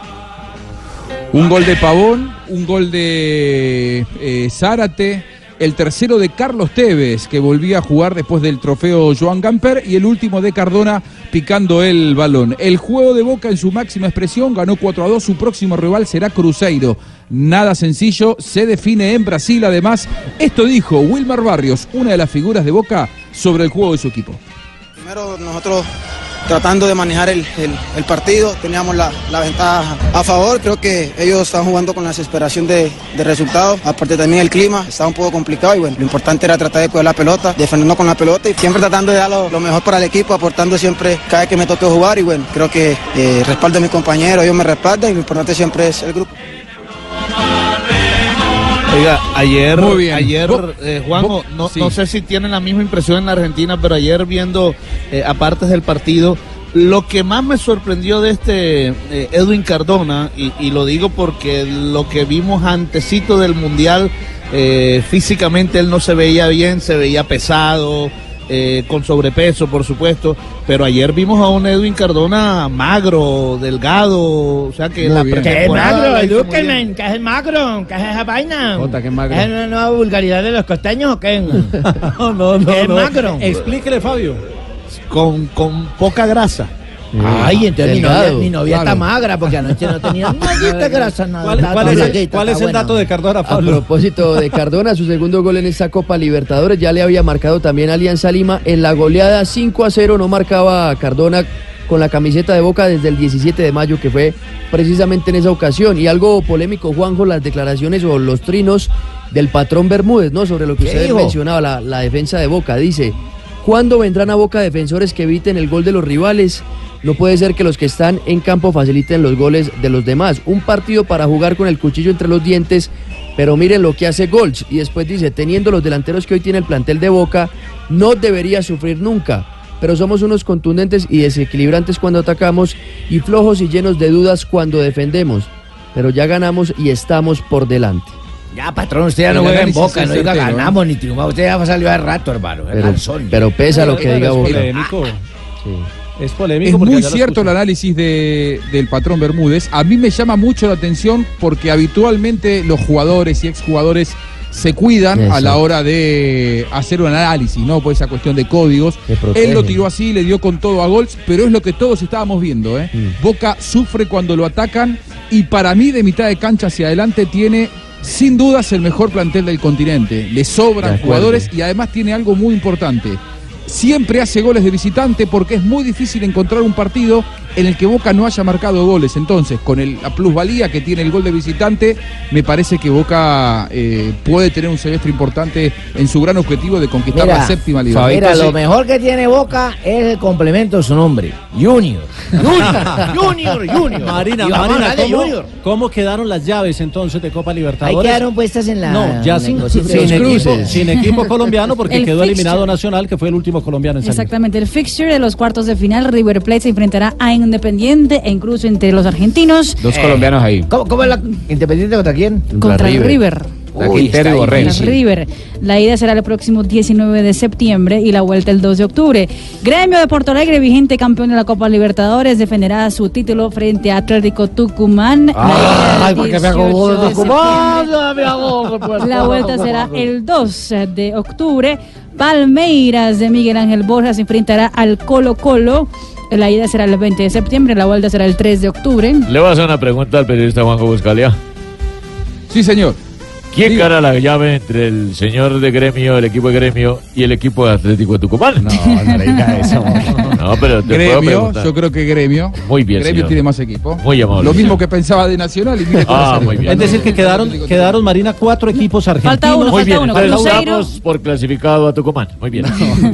Un gol de Pavón, un gol de Zárate, el tercero de Carlos Tevez, que volvía a jugar después del trofeo Joan Gamper, y el último de Cardona picando el balón. El juego de Boca en su máxima expresión, ganó 4-2, su próximo rival será Cruzeiro. Nada sencillo, se define en Brasil. Además, esto dijo Wilmer Barrios, una de las figuras de Boca, sobre el juego de su equipo. Primero nosotros tratando de manejar el partido, teníamos la ventaja a favor, creo que ellos estaban jugando con la desesperación de resultados, aparte también el clima estaba un poco complicado y bueno, lo importante era tratar de cuidar la pelota, defendiendo con la pelota y siempre tratando de dar lo mejor para el equipo, aportando siempre cada vez que me toque jugar y bueno, creo que respaldo a mis compañeros, ellos me respaldan y lo importante siempre es el grupo. Oiga, ayer Juanjo, no sé si tienen la misma impresión en la Argentina, pero ayer viendo apartes del partido, lo que más me sorprendió de este Edwin Cardona, y lo digo porque lo que vimos antesito del Mundial, físicamente él no se veía bien, se veía pesado, con sobrepeso, por supuesto, pero ayer vimos a un Edwin Cardona magro, delgado, o sea que la ¿Qué pretemporada es magro, Duque, que es magro? ¿Qué es esa vaina? Jota, ¿qué magro? ¿Es una nueva vulgaridad de los costeños o qué? No. ¿Qué es magro? Explíquele, Fabio. Con poca grasa. Ay, entonces mi novia está magra porque anoche no tenía nada de grasa. ¿Cuál es el dato de Cardona, Pablo? A propósito de Cardona, su segundo gol en esta Copa Libertadores, ya le había marcado también Alianza Lima en la goleada 5-0, no marcaba Cardona con la camiseta de Boca desde el 17 de mayo, que fue precisamente en esa ocasión. Y algo polémico, Juanjo, las declaraciones o los trinos del patrón Bermúdez, ¿no? Sobre lo que usted mencionaba, la defensa de Boca. Dice: ¿cuándo vendrán a Boca defensores que eviten el gol de los rivales? No puede ser que los que están en campo faciliten los goles de los demás. Un partido para jugar con el cuchillo entre los dientes, pero miren lo que hace Golds. Y después dice: teniendo los delanteros que hoy tiene el plantel de Boca, no debería sufrir nunca. Pero somos unos contundentes y desequilibrantes cuando atacamos y flojos y llenos de dudas cuando defendemos. Pero ya ganamos y estamos por delante. Ya, patrón, usted ya no juega en Boca, no diga ganamos ni triunfamos. Usted ya salió hace rato, hermano. Pero pesa lo que diga Boca. Es polémico. Es muy cierto el análisis del patrón Bermúdez. A mí me llama mucho la atención porque habitualmente los jugadores y exjugadores se cuidan a la hora de hacer un análisis, ¿no? Por esa cuestión de códigos. Él lo tiró así, le dio con todo a Golds, pero es lo que todos estábamos viendo, ¿eh? Boca sufre cuando lo atacan y para mí de mitad de cancha hacia adelante tiene sin dudas el mejor plantel del continente. Le sobran jugadores y además tiene algo muy importante. Siempre hace goles de visitante porque es muy difícil encontrar un partido en el que Boca no haya marcado goles. Entonces, con la plusvalía que tiene el gol de visitante, me parece que Boca puede tener un semestre importante en su gran objetivo de conquistar la séptima liga. Mira, lo mejor que tiene Boca es el complemento de su nombre, Junior. Junior. Marina, ¿cómo quedaron las llaves entonces de Copa Libertadores? Ahí quedaron puestas en la... No, ya sin equipo colombiano porque quedó eliminado Nacional, que fue el último colombiano en salir. Exactamente, el fixture de los cuartos de final, River Plate se enfrentará a Independiente e incluso entre los argentinos. Dos colombianos ahí. ¿Cómo es la Independiente contra quién? Contra River. Quintero y Borrell. River. La ida será el próximo 19 de septiembre y la vuelta el 2 de octubre. Gremio de Porto Alegre, vigente campeón de la Copa Libertadores, defenderá su título frente a Atlético Tucumán. Porque me hago de Tucumán. La vuelta será el 2 de octubre. Palmeiras de Miguel Ángel Borja se enfrentará al Colo-Colo. La ida será el 20 de septiembre, la vuelta será el 3 de octubre. Le voy a hacer una pregunta al periodista Juanjo Buscalia. Sí, señor. ¿Quién gana la llave entre el señor de Gremio, el equipo de Gremio y el equipo de Atlético de Tucumán? No le diga eso. No, pero te puedo preguntar. Yo creo que Gremio. Muy bien, Gremio señor. tiene más equipo. Muy amable. Lo mismo que pensaba de Nacional y mire cómo muy bien. Es decir, que quedaron, Marina, 4 equipos argentinos. Falta uno. Muy bien, entonces Cruzeiro. damos por clasificado a Tucumán. Muy bien.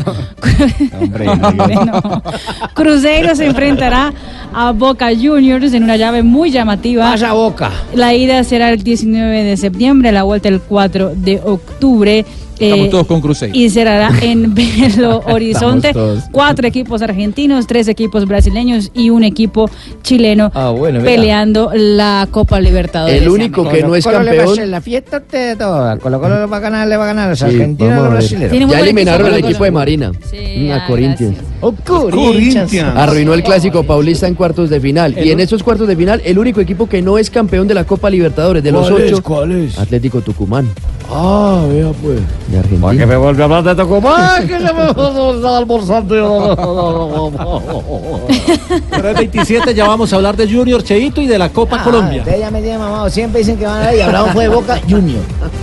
Cruzeiro se enfrentará a Boca Juniors en una llave muy llamativa. Vaya Boca. La ida será el 19 de septiembre, la vuelta el 4 de octubre. Estamos todos con Cruzeiro. Y será en Belo Horizonte. 4 equipos argentinos, 3 equipos brasileños y un equipo chileno peleando la Copa Libertadores. El único que no es campeón. La fiesta de todo. Colo-Colo le va a ganar a los argentinos y a los brasileños. Ya eliminaron al equipo de Marina. A Corinthians. Corinthians. Arruinó el clásico paulista en cuartos de final. Y en esos cuartos de final, el único equipo que no es campeón de la Copa Libertadores, de los 8. ¿Cuál es? Atlético Tucumán. Ah, vea pues. De Argentina. ¿Para qué me vuelve a hablar de Tucumán? Que se me está almorzando. Pero el 27 ya vamos a hablar de Junior, Cheito y de la Copa Colombia. Ustedes ya me tienen mamado. Siempre dicen que van a ir y hablamos fue de Boca Junior.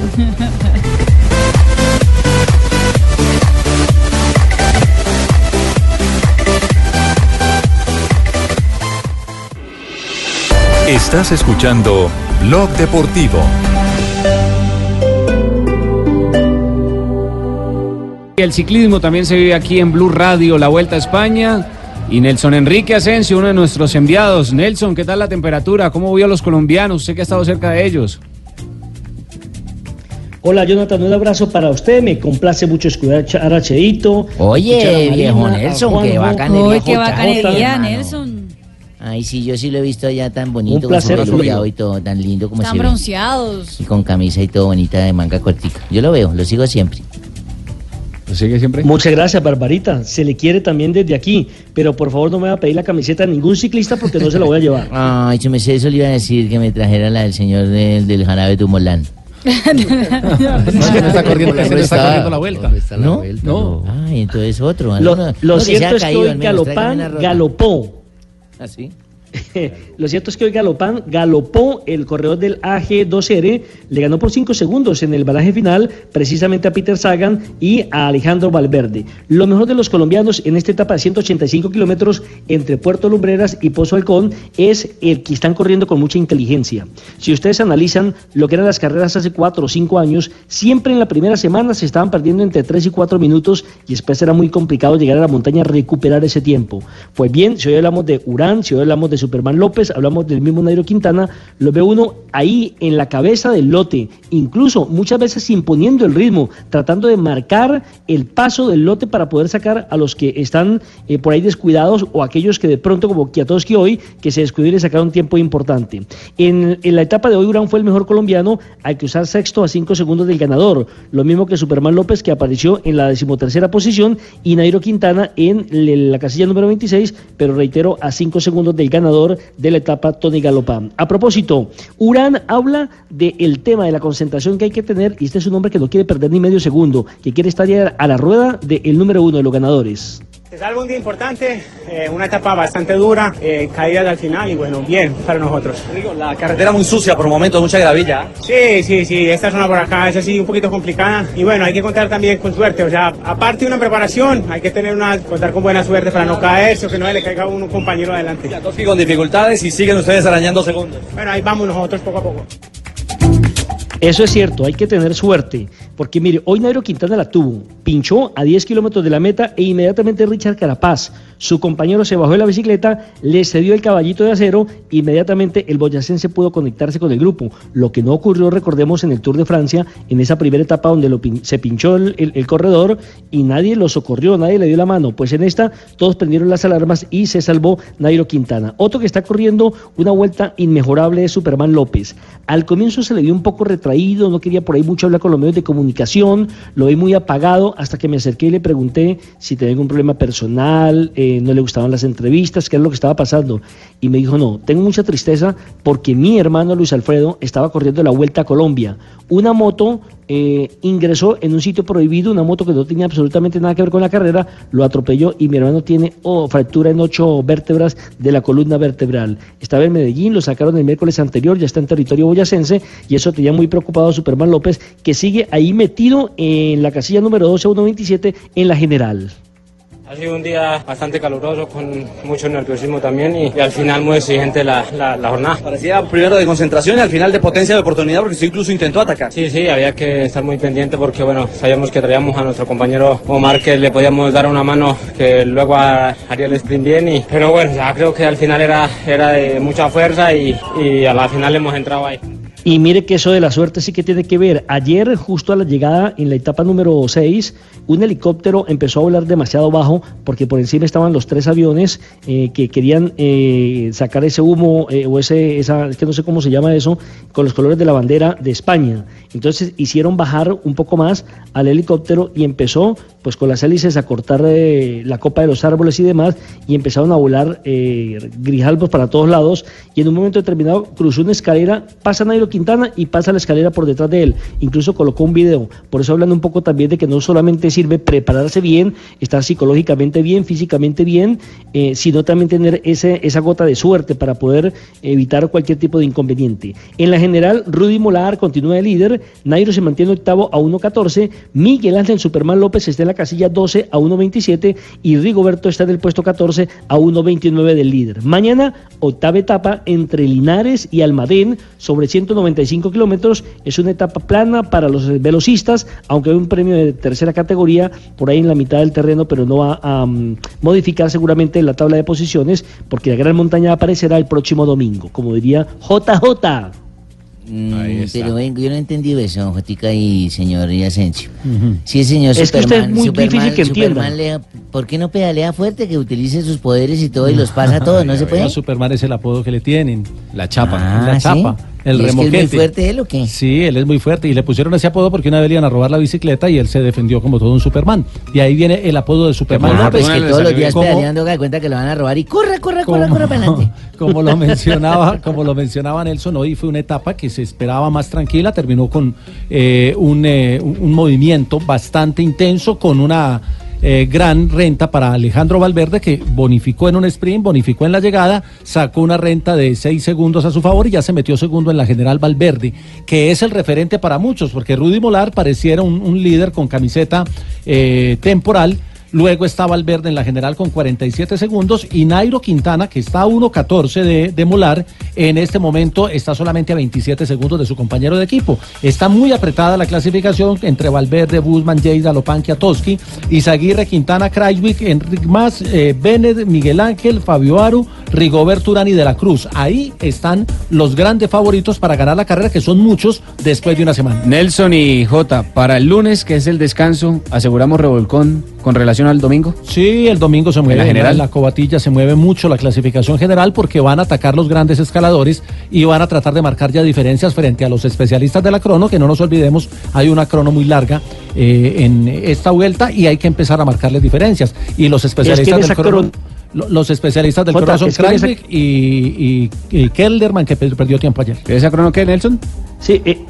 Estás escuchando Blog Deportivo. El ciclismo también se vive aquí en Blue Radio, la Vuelta a España. Y Nelson Enrique Asensio, uno de nuestros enviados. Nelson, ¿qué tal la temperatura? ¿Cómo vio a los colombianos? Usted que ha estado cerca de ellos. Hola Jonathan, un abrazo para usted, me complace mucho escuchar a Cheito. Oye, viejo Nelson, qué bacanería. Qué bacanería, Nelson. Ay, sí, yo sí lo he visto allá tan bonito, Un placer, con su peluqueado y todo, tan lindo como Están se ve. bronceados. Y con camisa y todo bonita de manga cortica. Yo lo veo, lo sigo siempre. ¿Lo sigue siempre? Muchas gracias, Barbarita. Se le quiere también desde aquí, pero por favor no me va a pedir la camiseta a ningún ciclista porque no se la voy a llevar. Ay, yo me sé, eso le iba a decir, que me trajera la del señor del jarabe Tumolán. No, que no está corriendo, que se le está corriendo la vuelta. ¿No? Ay, entonces otro. Lo cierto es que hoy Galopán galopó. ¿Ah, sí? Lo cierto es que hoy galopó el corredor del AG2R, le ganó por 5 segundos en el balaje final precisamente a Peter Sagan y a Alejandro Valverde. Lo mejor de los colombianos en esta etapa de 185 kilómetros entre Puerto Lumbreras y Pozo Halcón es el que están corriendo con mucha inteligencia. Si ustedes analizan lo que eran las carreras hace 4 o 5 años, siempre en la primera semana se estaban perdiendo entre 3 y 4 minutos y después era muy complicado llegar a la montaña a recuperar ese tiempo. Pues bien, si hoy hablamos de Urán, si hoy hablamos de Superman López, hablamos del mismo Nairo Quintana, lo ve uno ahí en la cabeza del lote, incluso muchas veces imponiendo el ritmo, tratando de marcar el paso del lote para poder sacar a los que están por ahí descuidados o aquellos que de pronto, como Kwiatkowski hoy, que se descuidó y le sacaron tiempo importante. En la etapa de hoy, Urán fue el mejor colombiano, hay que usar sexto a 5 segundos del ganador, lo mismo que Superman López, que apareció en la 13ª posición, y Nairo Quintana en la casilla número 26, pero reitero, a 5 segundos del ganador de la etapa Tony Galopán. A propósito, Urán habla del tema de la concentración que hay que tener, y este es un hombre que no quiere perder ni medio segundo, que quiere estar ya a la rueda del número 1 de los ganadores. Se salva un día importante, una etapa bastante dura, caídas al final y bueno, bien para nosotros. La carretera muy sucia por momentos, mucha gravilla. Sí, esta zona por acá es así un poquito complicada y bueno, hay que contar también con suerte, o sea, aparte de una preparación, hay que contar con buena suerte para no caerse o que no le caiga a un compañero adelante. Toski con dificultades y siguen ustedes arañando segundos. Bueno, ahí vamos nosotros poco a poco. Eso es cierto, hay que tener suerte, porque mire, hoy Nairo Quintana la tuvo, pinchó a 10 kilómetros de la meta e inmediatamente Richard Carapaz, su compañero, se bajó de la bicicleta, le cedió el caballito de acero, inmediatamente el boyacense pudo conectarse con el grupo, lo que no ocurrió, recordemos, en el Tour de Francia, en esa primera etapa donde se pinchó el corredor y nadie lo socorrió, nadie le dio la mano, pues en esta todos prendieron las alarmas y se salvó Nairo Quintana. Otro que está corriendo una vuelta inmejorable es Superman López. Al comienzo se le vio un poco retraído, no quería por ahí mucho hablar con los medios de comunicación, lo vi muy apagado hasta que me acerqué y le pregunté si tenía algún problema personal, no le gustaban las entrevistas, qué era lo que estaba pasando. Y me dijo, no, tengo mucha tristeza porque mi hermano Luis Alfredo estaba corriendo la Vuelta a Colombia. Una moto ingresó en un sitio prohibido, una moto que no tenía absolutamente nada que ver con la carrera, lo atropelló y mi hermano tiene fractura en 8 vértebras de la columna vertebral. Estaba en Medellín, lo sacaron el miércoles anterior, ya está en territorio boyacense y eso tenía muy preocupado a Superman López, que sigue ahí metido en la casilla número 12 a 1.27 en la general. Ha sido un día bastante caluroso, con mucho nerviosismo también y al final muy exigente la jornada. Parecía primero de concentración y al final de potencia de oportunidad porque usted incluso intentó atacar. Sí, había que estar muy pendiente porque bueno, sabíamos que traíamos a nuestro compañero Omar que le podíamos dar una mano que luego haría el sprint bien, pero bueno, ya creo que al final era de mucha fuerza y a la final hemos entrado ahí. Y mire que eso de la suerte sí que tiene que ver. Ayer, justo a la llegada en la etapa número 6, un helicóptero empezó a volar demasiado bajo porque por encima estaban los 3 aviones que querían sacar ese humo o es que no sé cómo se llama eso, con los colores de la bandera de España. Entonces hicieron bajar un poco más al helicóptero y empezó pues con las hélices a cortar la copa de los árboles y demás y empezaron a volar grijalbos para todos lados y en un momento determinado cruzó una escalera, pasa Nairo Quintana y pasa la escalera por detrás de él, incluso colocó un video, por eso hablando un poco también de que no solamente sirve prepararse bien, estar psicológicamente bien, físicamente bien, sino también tener esa gota de suerte para poder evitar cualquier tipo de inconveniente. En la general, Rudy Molar continúa de líder, Nairo se mantiene octavo a 1.14, Miguel Ángel Superman López está en la casilla 12 a 1.27 y Rigoberto está en el puesto 14 a 1.29 del líder. Mañana, octava etapa entre Linares y Almadén sobre 195 kilómetros, es una etapa plana para los velocistas, aunque hay un premio de tercera categoría por ahí en la mitad del terreno, pero no va a modificar seguramente la tabla de posiciones porque la gran montaña aparecerá el próximo domingo, como diría JJ. Pero yo no he entendido eso, Jotica y señor Asensio. Si el señor es Superman, que usted es muy difícil que entienda. ¿Por qué no pedalea fuerte, que utilice sus poderes y todo y los pasa a todos? ¿No se puede? Superman es el apodo que le tienen. La chapa. La chapa. ¿Sí? El remoquete. ¿Es muy fuerte él o qué? Sí, él es muy fuerte y le pusieron ese apodo porque una vez le iban a robar la bicicleta y él se defendió como todo un Superman. Y ahí viene el apodo de Superman. Pues que todos los días pedaleando da cuenta que lo van a robar y corre para adelante. Como lo mencionaba Nelson, hoy fue una etapa que se esperaba más tranquila, terminó con un movimiento bastante intenso, con una gran renta para Alejandro Valverde, que bonificó en un sprint, bonificó en la llegada, sacó una renta de 6 segundos a su favor y ya se metió segundo en la general Valverde, que es el referente para muchos, porque Rudy Molar pareciera un líder con camiseta temporal. Luego está Valverde en la general con 47 segundos y Nairo Quintana, que está a 1.14 de Molar, en este momento está solamente a 27 segundos de su compañero de equipo. Está muy apretada la clasificación entre Valverde, Busman, Lleida, Lopán, Kiatowski, Izaguirre, Quintana, Kreiswijk, Enric Mas, Bennett, Miguel Ángel, Fabio Aru, Rigoberto Urán y De la Cruz. Ahí están los grandes favoritos para ganar la carrera, que son muchos después de una semana. Nelson y Jota, para el lunes, que es el descanso, ¿aseguramos revolcón con relación al domingo? Sí, el domingo se mueve. ¿En la general? La cobatilla se mueve mucho la clasificación general porque van a atacar los grandes escaladores y van a tratar de marcar ya diferencias frente a los especialistas de la crono, que no nos olvidemos, hay una crono muy larga en esta vuelta y hay que empezar a marcarles diferencias. Y los especialistas del crono... Los especialistas del crono son Kreiswijk y Kelderman, que perdió tiempo ayer. ¿Esa crono qué, Nelson? Sí,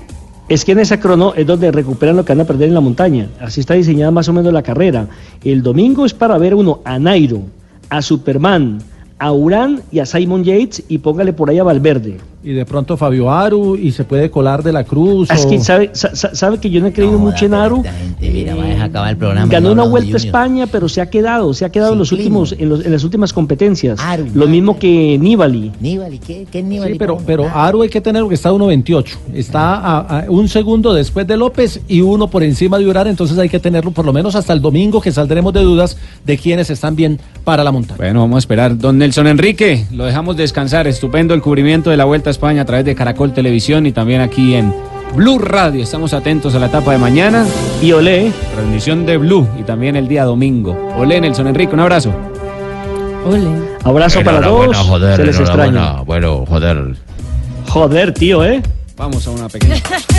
Es que en esa crono es donde recuperan lo que van a perder en la montaña. Así está diseñada más o menos la carrera. El domingo es para ver a Nairo, a Superman, a Urán y a Simon Yates, y póngale por ahí a Valverde. Y de pronto Fabio Aru, y se puede colar de la Cruz. Es que sabe que yo no he creído mucho en Aru. Mira, va a dejar acabar el programa. Ganó una Vuelta a España, pero se ha quedado en los últimos, en las últimas competencias. Aru, lo mismo que Nibali. Nibali, ¿qué es Nibali? Sí, pero Aru hay que tener que está a 1.28. Está a un segundo después de López y uno por encima de Urán, entonces hay que tenerlo por lo menos hasta el domingo, que saldremos de dudas de quiénes están bien para la montaña. Bueno, vamos a esperar. Don Nelson Enrique, lo dejamos descansar. Estupendo el cubrimiento de la Vuelta a España a través de Caracol Televisión y también aquí en Blue Radio. Estamos atentos a la etapa de mañana. Y olé. Transmisión de Blue y también el día domingo. Olé, Nelson Enrique, un abrazo. Olé. Abrazo para todos. Joder, se les extraña. Bueno, joder. Joder, tío, Vamos a una pequeña.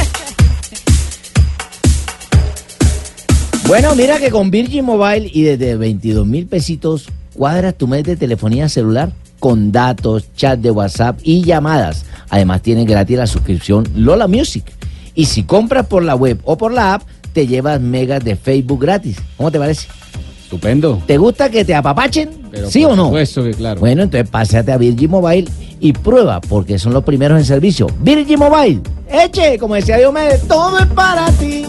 Bueno, mira que con Virgin Mobile y desde 22,000 pesitos cuadras tu mes de telefonía celular con datos, chat de WhatsApp y llamadas. Además tienes gratis la suscripción Lola Music. Y si compras por la web o por la app, te llevas megas de Facebook gratis. ¿Cómo te parece? Estupendo. ¿Te gusta que te apapachen? Pero ¿Sí o no? Por supuesto que claro. Bueno, entonces pásate a Virgin Mobile y prueba, porque son los primeros en servicio. Virgin Mobile, eche, como decía Diomedes, todo es para ti.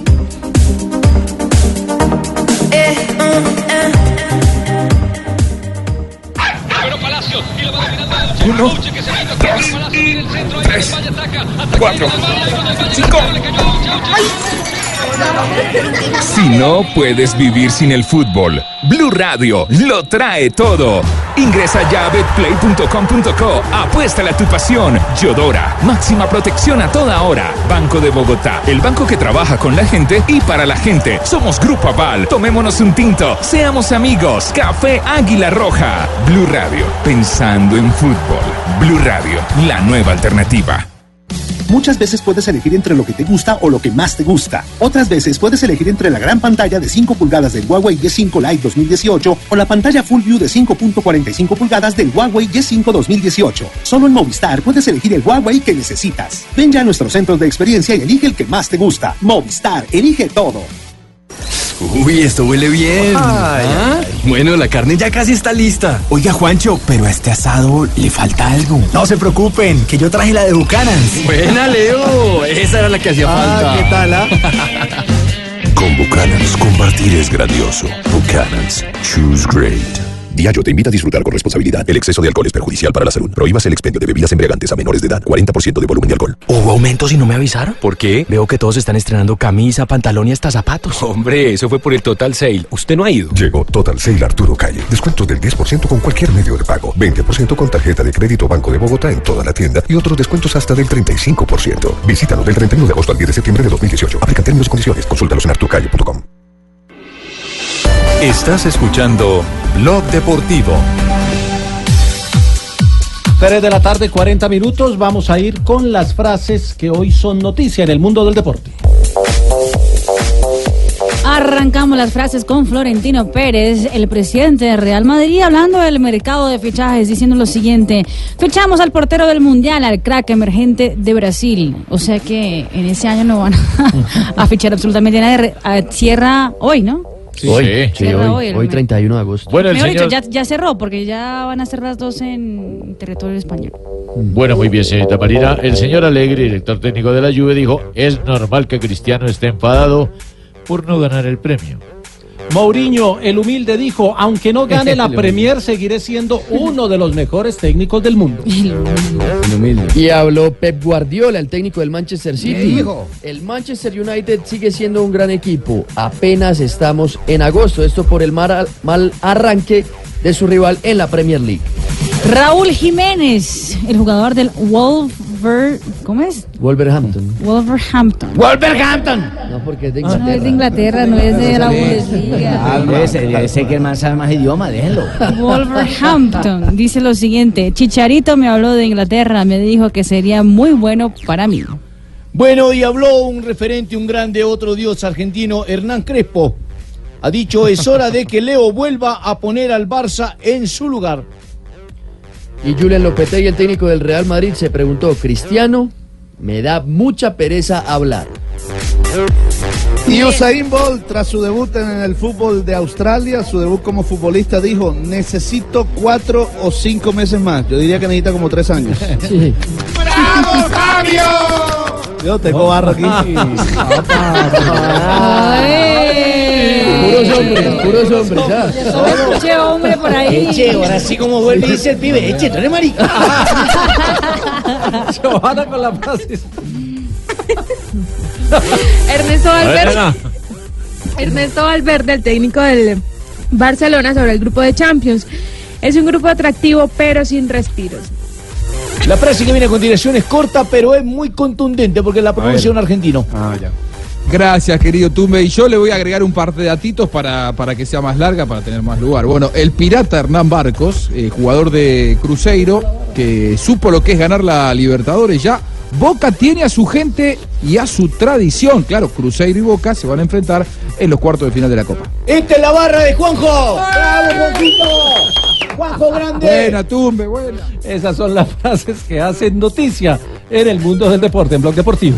Uno, dos, tres, cuatro, cinco. Si no puedes vivir sin el fútbol, Blue Radio lo trae todo. Ingresa ya a betplay.com.co, apuéstale a tu pasión. Yodora, máxima protección a toda hora. Banco de Bogotá, el banco que trabaja con la gente y para la gente. Somos Grupo Aval, tomémonos un tinto, seamos amigos. Café Águila Roja. Blue Radio, pensando en fútbol. Blue Radio, la nueva alternativa. Muchas veces puedes elegir entre lo que te gusta o lo que más te gusta. Otras veces puedes elegir entre la gran pantalla de 5 pulgadas del Huawei Y5 Lite 2018 o la pantalla Full View de 5.45 pulgadas del Huawei Y5 2018. Solo en Movistar puedes elegir el Huawei que necesitas. Ven ya a nuestros centros de experiencia y elige el que más te gusta. Movistar, elige todo. Uy, esto huele bien. Bueno, la carne ya casi está lista. Oiga, Juancho, pero a este asado le falta algo. No se preocupen, que yo traje la de Buchanan's. Buena, Leo. Esa era la que hacía falta. ¿Qué tal, Con Buchanan's, compartir es grandioso. Buchanan's, choose great. Diageo te invita a disfrutar con responsabilidad. El exceso de alcohol es perjudicial para la salud. Prohíbas el expendio de bebidas embriagantes a menores de edad. 40% de volumen de alcohol. ¿Hubo aumentos y no me avisaron? ¿Por qué? Veo que todos están estrenando camisa, pantalón y hasta zapatos. Hombre, eso fue por el Total Sale. ¿Usted no ha ido? Llegó Total Sale Arturo Calle. Descuentos del 10% con cualquier medio de pago. 20% con tarjeta de crédito Banco de Bogotá en toda la tienda. Y otros descuentos hasta del 35%. Visítanos del 31 de agosto al 10 de septiembre de 2018. Aplican términos y condiciones. Consúltalos en arturcalle.com. Estás escuchando Blog Deportivo. 3 de la tarde, 40 minutos. Vamos a ir con las frases que hoy son noticia en el mundo del deporte. Arrancamos las frases con Florentino Pérez, el presidente de Real Madrid, hablando del mercado de fichajes, diciendo lo siguiente: fichamos al portero del Mundial, al crack emergente de Brasil. O sea que en ese año no van a fichar absolutamente nada. Cierra hoy, ¿no? Sí, hoy 31 de agosto. Bueno, Mejor dicho, ya cerró, porque ya van a ser las 2 en territorio español. Bueno, muy bien, señorita Marina. El señor Alegre, director técnico de la Juve, dijo: es normal que Cristiano esté enfadado por no ganar el premio. Mourinho, el humilde, dijo: aunque no gane la Premier, seguiré siendo uno de los mejores técnicos del mundo. Y habló Pep Guardiola, el técnico del Manchester City. ¿Qué dijo? El Manchester United sigue siendo un gran equipo. Apenas estamos en agosto. Esto por el mal arranque de su rival en la Premier League. Raúl Jiménez, el jugador del ¿cómo es? Wolverhampton. Wolverhampton. No, porque es de Inglaterra. No es de Inglaterra, no es de la Bundesliga. Sé que el man sabe más idioma, déjenlo. Wolverhampton dice lo siguiente: Chicharito me habló de Inglaterra, me dijo que sería muy bueno para mí. Bueno, y habló un referente, un grande, otro dios argentino, Hernán Crespo. Ha dicho: es hora de que Leo vuelva a poner al Barça en su lugar. Y Julen Lopetegui, el técnico del Real Madrid, se preguntó: Cristiano, me da mucha pereza hablar. Y Usain Bolt, tras su debut en el fútbol de Australia, su debut como futbolista, dijo: necesito 4 o 5 meses más. Yo diría que necesita como 3 años. Sí. ¡Bravo, Fabio! Yo tengo barro aquí. Puros hombres, ya. Yo solo escuché hombre por ahí. Eche, ahora sí como vuelve y dice el pibe. Eche, tú eres marica. Giovanna con la frase. Ernesto Valverde, el técnico del Barcelona, sobre el grupo de Champions. Es un grupo atractivo, pero sin respiros. La frase que viene a continuación es corta, pero es muy contundente porque la pronuncia un argentino. Ya. Gracias, querido Tumbe. Y yo le voy a agregar un par de datitos para que sea más larga, para tener más lugar. Bueno, el pirata Hernán Barcos, jugador de Cruzeiro, que supo lo que es ganar la Libertadores ya. Boca tiene a su gente y a su tradición. Claro, Cruzeiro y Boca se van a enfrentar en los cuartos de final de la Copa. ¡Esta es la barra de Juanjo! ¡Bravo, Juanjito! ¡Juanjo grande! Buena, Tumbe, buena. Esas son las frases que hacen noticia en el mundo del deporte, en Blog Deportivo.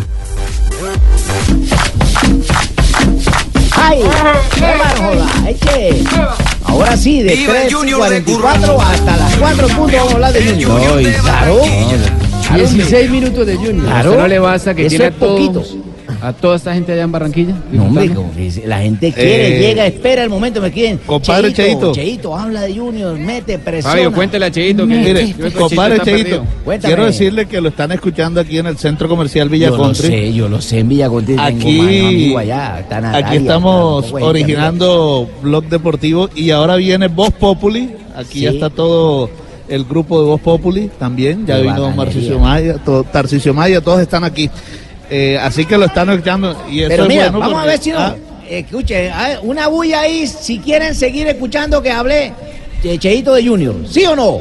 ¡Ay! ¡Qué barjola! ¡Eche! Ahora sí, de 3:44 hasta las 4 puntos vamos a hablar de Junior. No, y claro. 16 minutos de Junior. Claro. ¿Usted no le basta que Eso tiene es poquito. a toda esta gente allá en Barranquilla? No, hombre, como que la gente quiere, llega, espera el momento, me quieren. Compadre Cheito. Cheito, habla de Junior, mete presión. Fabio, cuéntele a Cheito que Mire, compadre Cheito, Cuéntame. quiero decirle que lo están escuchando aquí en el Centro Comercial Villa Country. Yo lo sé, en Villa Country tengo Aquí, amigo allá, está Natalia, aquí estamos tampoco, originando Blog Deportivo y ahora viene Voz Populi. Aquí ya está todo el grupo de Voz Populi también. Ya Qué vino bacanería. Marcicio Maya, Tarcisio Maya, todos están aquí. Así que lo están escuchando. Y eso Pero es mira, bueno vamos a porque- ver si no. Escuche, una bulla ahí, si quieren seguir escuchando que hablé de Cheito de Junior. ¿Sí o no?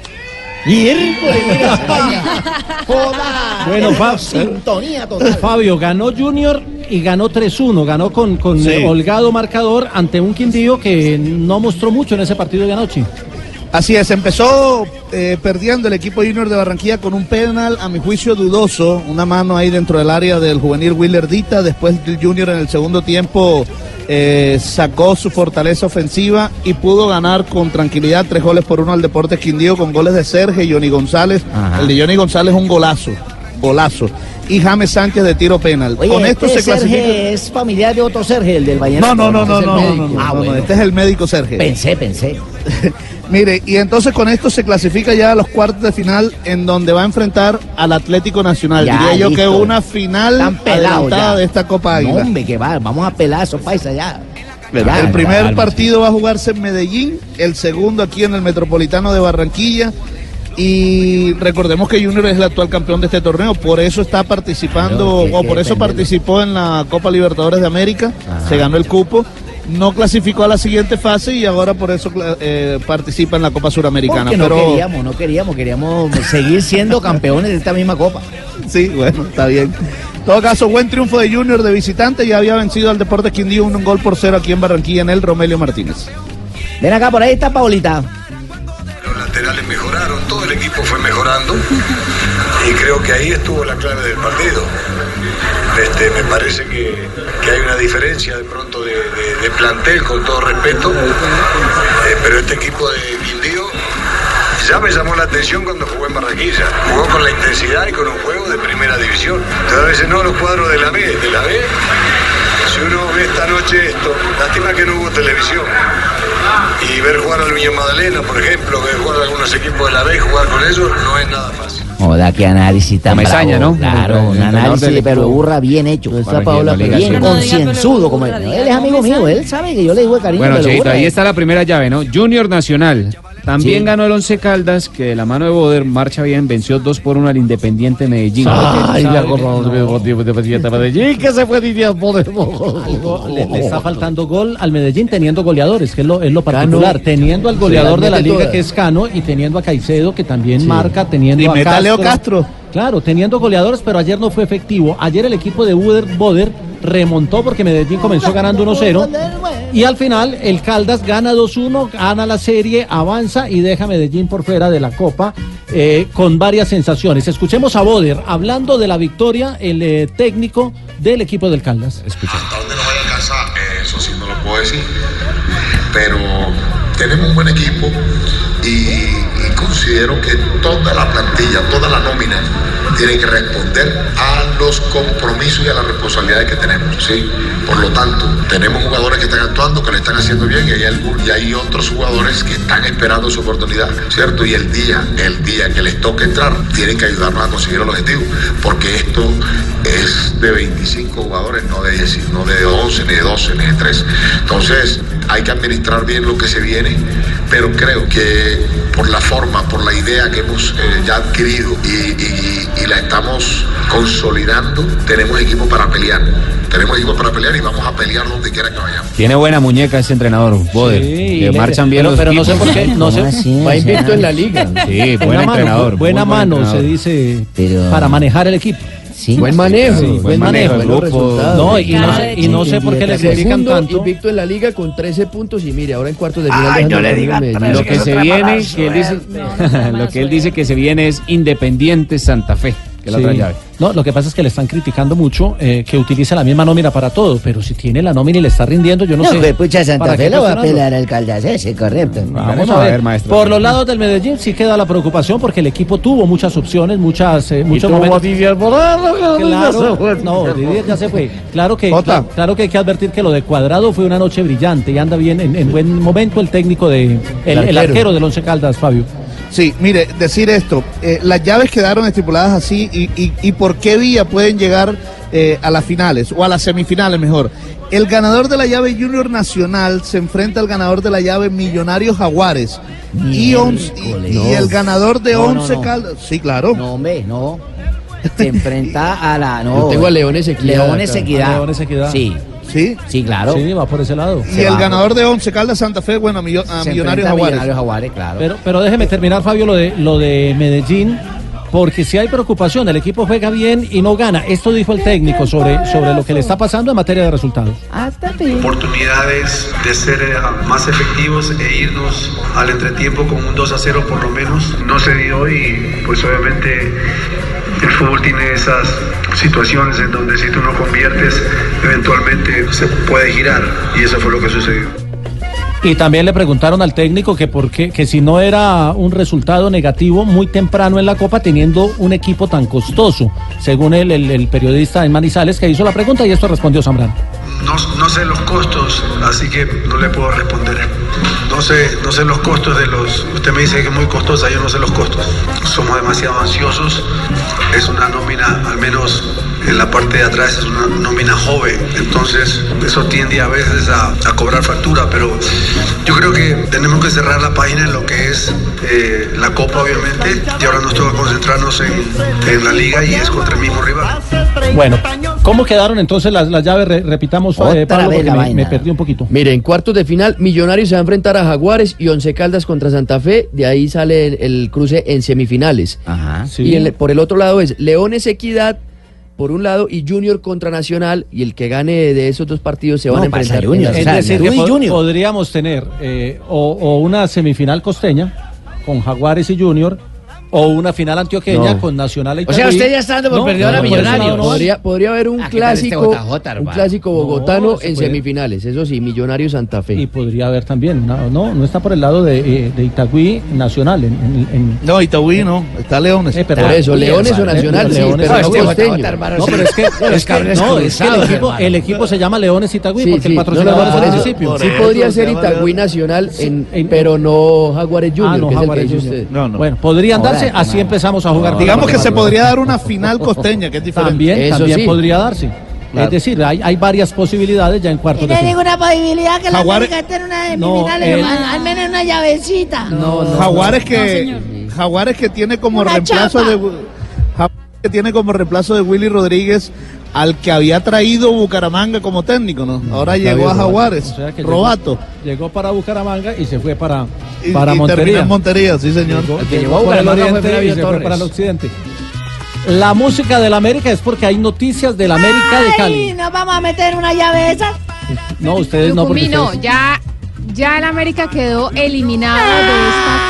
Joda, Bueno, sintonía total. Fabio, ganó Junior y ganó 3-1. Ganó con Sí. holgado marcador ante un Quindío que no mostró mucho en ese partido de anoche. Así es, empezó perdiendo el equipo Junior de Barranquilla con un penal, a mi juicio dudoso, una mano ahí dentro del área del juvenil Willer Dita. Después el Junior en el segundo tiempo sacó su fortaleza ofensiva y pudo ganar con tranquilidad 3-1 al Deportes Quindío con goles de Sergio y Johnny González. Ajá. El de Johnny González un golazo. Y James Sánchez de tiro penal. Oye, con esto se Serge clasifica. es familiar de otro Serge, el del Vallenato. No, Ah, bueno. este es el médico Sergio. Pensé. Mire, y entonces con esto se clasifica ya a los cuartos de final en donde va a enfrentar al Atlético Nacional. Ya, Diría yo que listo. una final Están pelados adelantada ya. de esta Copa No, Águila. hombre, que va, vamos a pelar a esos paisas ya. El primer partido va a jugarse en Medellín, el segundo aquí en el Metropolitano de Barranquilla. Y recordemos que Junior es el actual campeón de este torneo, por eso está participando, Claro, o por eso participó en la Copa Libertadores de América, Ajá. se ganó el cupo, no clasificó a la siguiente fase y ahora por eso participa en la Copa Suramericana. Porque no queríamos seguir siendo campeones de esta misma copa. Sí, bueno, está bien. En todo caso, buen triunfo de Junior de visitante, ya había vencido al Deportes Quindío 1-0 aquí en Barranquilla en el Romelio Martínez. Ven acá, por ahí está Paulita. Los laterales mejoraron, todo el equipo fue mejorando y creo que ahí estuvo la clave del partido. Me parece que hay una diferencia de pronto de plantel, con todo respeto, pero este equipo de Quindío ya me llamó la atención cuando jugó en Barranquilla. Jugó con la intensidad y con un juego de primera división. Entonces a veces no los cuadros de la B, si uno ve esta noche esto, lástima que no hubo televisión. Y ver jugar al Villa Magdalena, por ejemplo, ver jugar a algunos equipos de la B, jugar con ellos, no es nada fácil. Joda, qué análisis tan Comesaña, bravo. ¿no? Claro, El un entrenador análisis, del pero equipo. burra bien hecho. Está Paola, bien bien hecho. concienzudo. Como él es amigo mío, él sabe que yo le digo de cariño. Bueno, pero Cheito, burra ahí es- está la primera llave, ¿no? Junior Nacional. También Sí. ganó el Once Caldas, que de la mano de Boder marcha bien, venció 2-1 al Independiente Medellín. Ay, me acordamos de Medellín, que se fue Didier Le está faltando gol al Medellín teniendo goleadores, que es lo particular. Teniendo al goleador Sí, de la las mete liga, todas. que es Cano, y teniendo a Caicedo, que también marca, teniendo Y a meta a Leo Castro. Castro. Claro, teniendo goleadores, pero ayer no fue efectivo. Ayer el equipo de Boder remontó porque Medellín comenzó ganando 1-0. Y al final el Caldas gana 2-1, gana la serie, avanza y deja a Medellín por fuera de la Copa con varias sensaciones. Escuchemos a Boder hablando de la victoria, el técnico del equipo del Caldas. Hasta dónde nos vaya a alcanzar, eso sí no lo puedo decir, pero tenemos un buen equipo y considero que toda la plantilla, toda la nómina tiene que responder a los compromisos y a las responsabilidades que tenemos, ¿sí? Por lo tanto, tenemos jugadores que están actuando, que lo están haciendo bien, y hay otros jugadores que están esperando su oportunidad, ¿cierto? Y el día que les toque entrar, tienen que ayudarnos a conseguir el objetivo, porque esto es de 25 jugadores, no de 11, ni de 12, ni de 13. Entonces, hay que administrar bien lo que se viene, pero creo que por la forma, por la idea que hemos ya adquirido y la estamos consolidando, tenemos equipo para pelear. Tenemos equipo para pelear y vamos a pelear donde quiera que vayamos. Tiene buena muñeca ese entrenador, Boder. Sí, le marchan bien los pero no sé equipos. por qué, no sé. Va invicto en la liga. Sí, buen entrenador. Buena mano, entrenador. se dice, Pero- para manejar el equipo. Sí. Buen manejo, Sí, buen manejo. buenos resultados. No, y no sé por qué le critican Segundo tanto. invicto en la liga con 13 puntos y mire, ahora en cuartos de final. Ay, dejando no le ganar digan Medellín. Lo que se viene, que él dice, lo que él dice que se viene es Independiente Santa Fe, que es la Sí. otra llave. No, lo que pasa es que le están criticando mucho que utilice la misma nómina para todo, pero si tiene la nómina y le está rindiendo, yo no sé. pues pucha, Santa ¿para Fe qué lo va a cuestionarlo? pelar al Caldas ese, correcto. Vamos a ver, maestro. Por los lados del Medellín sí queda la preocupación porque el equipo tuvo muchas opciones, muchos momentos. Claro, no, Didier ya se fue. Claro que hay que advertir que lo de Cuadrado fue una noche brillante y anda bien en buen momento el técnico el arquero del Once Caldas, Fabio. Sí, mire, decir esto, las llaves quedaron estipuladas así y por qué vía pueden llegar a las finales o a las semifinales mejor. El ganador de la llave Junior Nacional se enfrenta al ganador de la llave Millonarios Jaguares y el ganador de Once Caldas, sí, claro. No, hombre, no. Se enfrenta a la... Yo tengo a Leones Equidad. Leones Equidad. A Leones Equidad. Sí. Sí, sí, claro. Sí, va por ese lado. Y el ganador de Once Caldas Santa Fe, bueno, a Millonarios Jaguares. Millonarios Jaguares, claro. Pero déjeme terminar, Fabio, lo de Medellín, porque si hay preocupación, el equipo juega bien y no gana. Esto dijo el técnico sobre lo que le está pasando en materia de resultados. Oportunidades de ser más efectivos e irnos al entretiempo con un 2-0 por lo menos. No se dio y pues obviamente el fútbol tiene esas situaciones en donde si tú no conviertes, eventualmente se puede girar y eso fue lo que sucedió. Y también le preguntaron al técnico que si no era un resultado negativo muy temprano en la Copa teniendo un equipo tan costoso, según el periodista en Manizales que hizo la pregunta y esto respondió Zambrano. No sé los costos, así que no le puedo responder. No sé los costos de los... Usted me dice que es muy costosa, yo no sé los costos. Somos demasiado ansiosos. Es una nómina, al menos en la parte de atrás, es una nómina joven. Entonces, eso tiende a veces a cobrar factura, pero yo creo que tenemos que cerrar la página en lo que es la Copa, obviamente, y ahora nos toca concentrarnos en la Liga y es contra el mismo rival. Bueno, ¿cómo quedaron entonces las llaves? Repitamos, Pablo, porque me perdí un poquito. Mire, en cuartos de final, Millonarios se va a enfrentar a Jaguares y Once Caldas contra Santa Fe. De ahí sale el cruce en semifinales. Ajá. Sí. Y por el otro lado es Leones Equidad por un lado y Junior contra Nacional, y el que gane de esos dos partidos se van a enfrentar. Junior, Es decir, que podríamos tener o una semifinal costeña con Jaguares y Junior, o una final antioqueña con Nacional y O sea, usted ya está dando por perdedor a Millonarios. Podría haber un clásico, un clásico bogotano en puede. semifinales, eso sí, Millonarios Santa Fe. Y podría haber también, no está por el lado de Itagüí Nacional. No, Itagüí no, está Leones. Por eso, Leones o Nacional, sí, pero no costeño. No, pero es que el equipo se llama Leones Itagüí porque el patrocinador es el municipio. Sí podría ser Itagüí Nacional, pero no Jaguares Junior, que es el que dice usted. Bueno, podrían darse, así empezamos a jugar. Digamos que se podría dar una final costeña, que es diferente. También podría darse. Claro. Es decir, hay varias posibilidades ya en cuartos de No hay final. ninguna posibilidad que Jaguares- la América esté en una semifinal, al menos una llavecita. Jaguares que tiene como Una reemplazo chapa. de Willy Rodríguez al que había traído Bucaramanga como técnico, ¿no? Ahora llegó a Jaguares, O sea que Robato. Llegó para Bucaramanga y se fue para Y Montería. terminó en Montería, sí señor. Llegó, El que llegó llegó a por el Bucaramanga oriente fue y Flavio se fue Torres. para el occidente. La música del América es porque hay noticias del América de Cali. Ay, nos vamos a meter una llave esa. No, ustedes no, porque Lucumí, no, ustedes- ya el América quedó eliminado de esta Copa.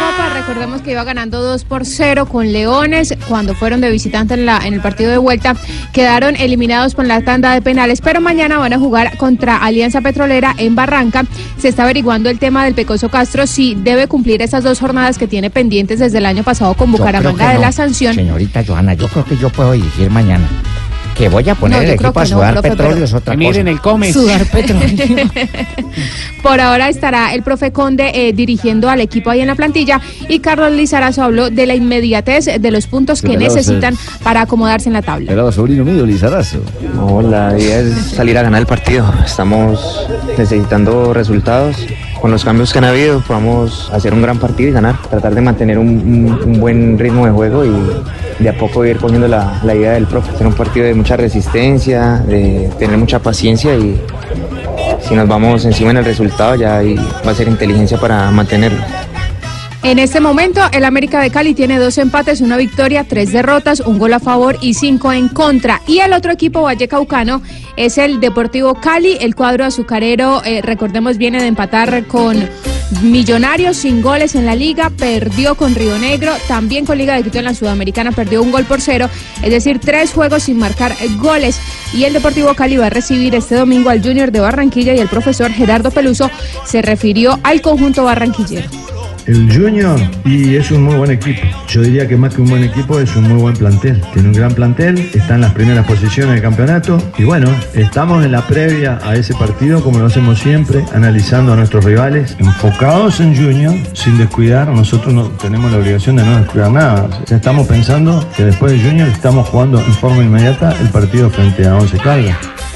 recordemos que iba ganando 2-0 con Leones cuando fueron de visitante en el partido de vuelta. Quedaron eliminados por la tanda de penales, pero mañana van a jugar contra Alianza Petrolera en Barranca. Se está averiguando el tema del Pecoso Castro, si debe cumplir esas 2 jornadas que tiene pendientes desde el año pasado con Bucaramanga de la sanción. Señorita Johanna, yo creo que yo puedo dirigir mañana. Que voy a poner el equipo a sudar petróleo es otra cosa. Miren el Comes. Sudar petróleo. Por ahora estará el profe Conde dirigiendo al equipo ahí en la plantilla, y Carlos Lizarazo habló de la inmediatez de los puntos que necesitan para acomodarse en la tabla. Era sobrino mío, Lizarazo. No, la idea es salir a ganar el partido. Estamos necesitando resultados. Con los cambios que han habido, podamos hacer un gran partido y ganar. Tratar de mantener un buen ritmo de juego y de a poco ir cogiendo la idea del profe. Hacer un partido de mucha resistencia, de tener mucha paciencia, y si nos vamos encima en el resultado ya ahí va a ser inteligencia para mantenerlo. En este momento, el América de Cali tiene 2 empates, 1 victoria, 3 derrotas, 1 gol a favor y 5 en contra. Y el otro equipo vallecaucano es el Deportivo Cali. El cuadro azucarero, recordemos, viene de empatar con Millonarios sin goles en la liga, perdió con Río Negro, también con Liga de Quito en la Sudamericana, perdió 1-0, es decir, 3 juegos sin marcar goles. Y el Deportivo Cali va a recibir este domingo al Junior de Barranquilla, y el profesor Gerardo Peluso se refirió al conjunto barranquillero. El Junior, y es un muy buen equipo. Yo diría que más que un buen equipo es un muy buen plantel. Tiene un gran plantel, está en las primeras posiciones del campeonato, y bueno, estamos en la previa a ese partido, como lo hacemos siempre, analizando a nuestros rivales, enfocados en Junior, sin descuidar. Nosotros no tenemos la obligación de no descuidar nada. Ya estamos pensando que después de Junior estamos jugando en forma inmediata el partido frente a Once Caldas.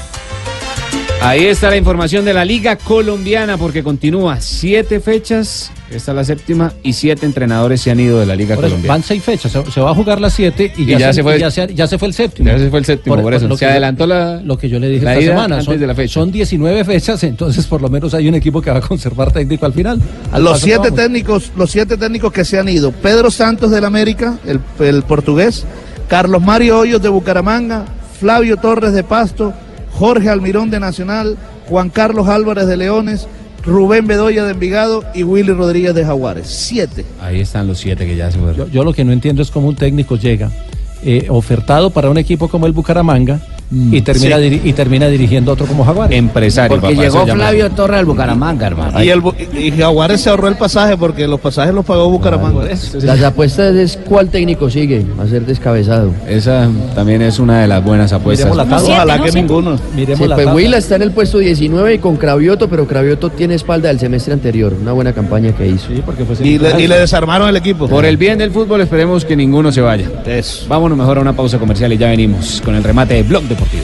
Ahí está la información de la Liga Colombiana, porque continúa 7 fechas, esta es la 7ª, y 7 entrenadores se han ido de la Liga Colombiana. Van 6 fechas, se va a jugar las 7 y ya se fue el séptimo. Ya se fue el séptimo, por eso. Se adelantó lo que yo le dije esta semana. Son 19 fechas, entonces por lo menos hay un equipo que va a conservar técnico al final. Los 7 técnicos que se han ido: Pedro Santos del América, el portugués, Carlos Mario Hoyos de Bucaramanga, Flavio Torres de Pasto, Jorge Almirón de Nacional, Juan Carlos Álvarez de Leones, Rubén Bedoya de Envigado y Willy Rodríguez de Jaguares. 7. Ahí están los 7 que ya se fueron. Yo lo que no entiendo es cómo un técnico llega ofertado para un equipo como el Bucaramanga y termina dirigiendo otro como Jaguares. Empresario. Porque llegó Flavio Torres al Bucaramanga, hermano. Y Jaguares se ahorró el pasaje porque los pasajes los pagó Bucaramanga. Las apuestas es cuál técnico sigue a ser descabezado. Esa también es una de las buenas apuestas. Ojalá que ninguno. Pues Huila está en el puesto 19 y con Cravioto, pero Cravioto tiene espalda del semestre anterior. Una buena campaña que hizo. Sí, porque y le desarmaron el equipo. Por el bien del fútbol esperemos que ninguno se vaya. Vámonos mejor a una pausa comercial y ya venimos con el remate de Blog Deportivo.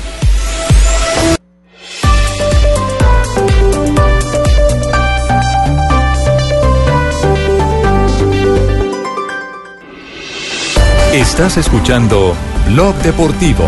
Estás escuchando Blog Deportivo.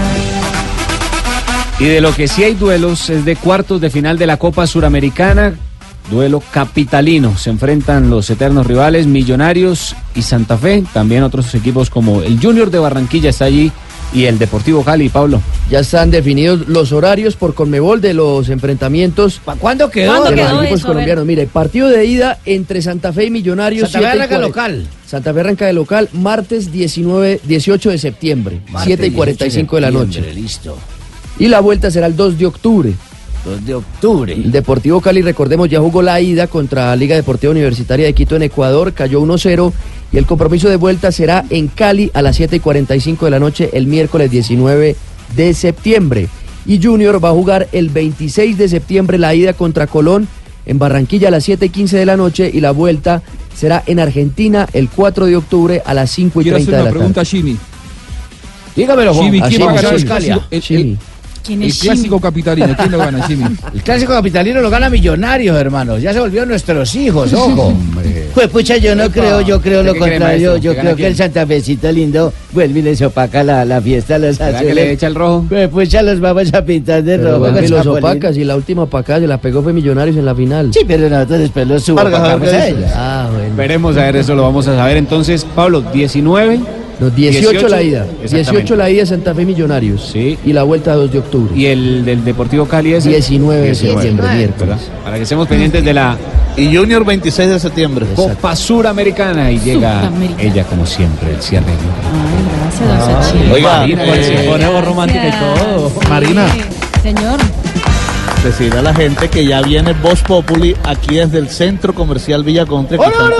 Y de lo que sí hay duelos es de cuartos de final de la Copa Suramericana. Duelo capitalino. Se enfrentan los eternos rivales Millonarios y Santa Fe. También otros equipos como el Junior de Barranquilla está allí y el Deportivo Cali. Pablo. Ya están definidos los horarios por Conmebol de los enfrentamientos. ¿Cuándo quedó? De los equipos colombianos. Mire, partido de ida entre Santa Fe y Millonarios. Santa Fe arranca local. Santa Fe arranca de local martes 18 de septiembre, 7:45 de la noche. Listo. Y la vuelta será el 2 de octubre. 2 de octubre. El Deportivo Cali, recordemos, ya jugó la ida contra Liga Deportiva Universitaria de Quito en Ecuador, cayó 1-0 y el compromiso de vuelta será en Cali a las 7:45 de la noche el miércoles 19 de septiembre. Y Junior va a jugar el 26 de septiembre la ida contra Colón en Barranquilla a las 7:15 de la noche y la vuelta será en Argentina el 4 de octubre a las 5:30 de la tarde. Quiero hacer una pregunta a Jimmy. Dígamelo, Juan. Jimmy, ¿quién va a ganar el clásico capitalino? ¿Quién lo gana, Jimmy? El clásico capitalino lo gana Millonarios, hermanos. Ya se volvieron nuestros hijos, ojo. Pues pucha, yo creo lo contrario. Yo creo que el santafecito lindo vuelve y les opaca la fiesta a los azules. ¿Será que le echa el rojo? Pues pucha, los vamos a pintar de rojo. Y los opacas, y la última opacada se la pegó fue Millonarios en la final. Sí, pero nosotros después los subopacamos a ellos. Veremos a ver, eso lo vamos a saber entonces. Pablo, 19 Los 18 la ida. Exactamente. 18 la ida Santa Fe Millonarios. Sí. Y la vuelta 2 de octubre. Y el del Deportivo Cali es el 19 de septiembre, miércoles. Para que estemos pendientes de la Y Junior 26 de septiembre. Copa Suramericana. Y llega ella, como siempre, el cierre. Gracias, don Sachín. Oiga, Se pone voz romántica y todo. Marina, Señor. decirle a la gente que ya viene Voz Populi aquí desde el Centro Comercial Villa Country.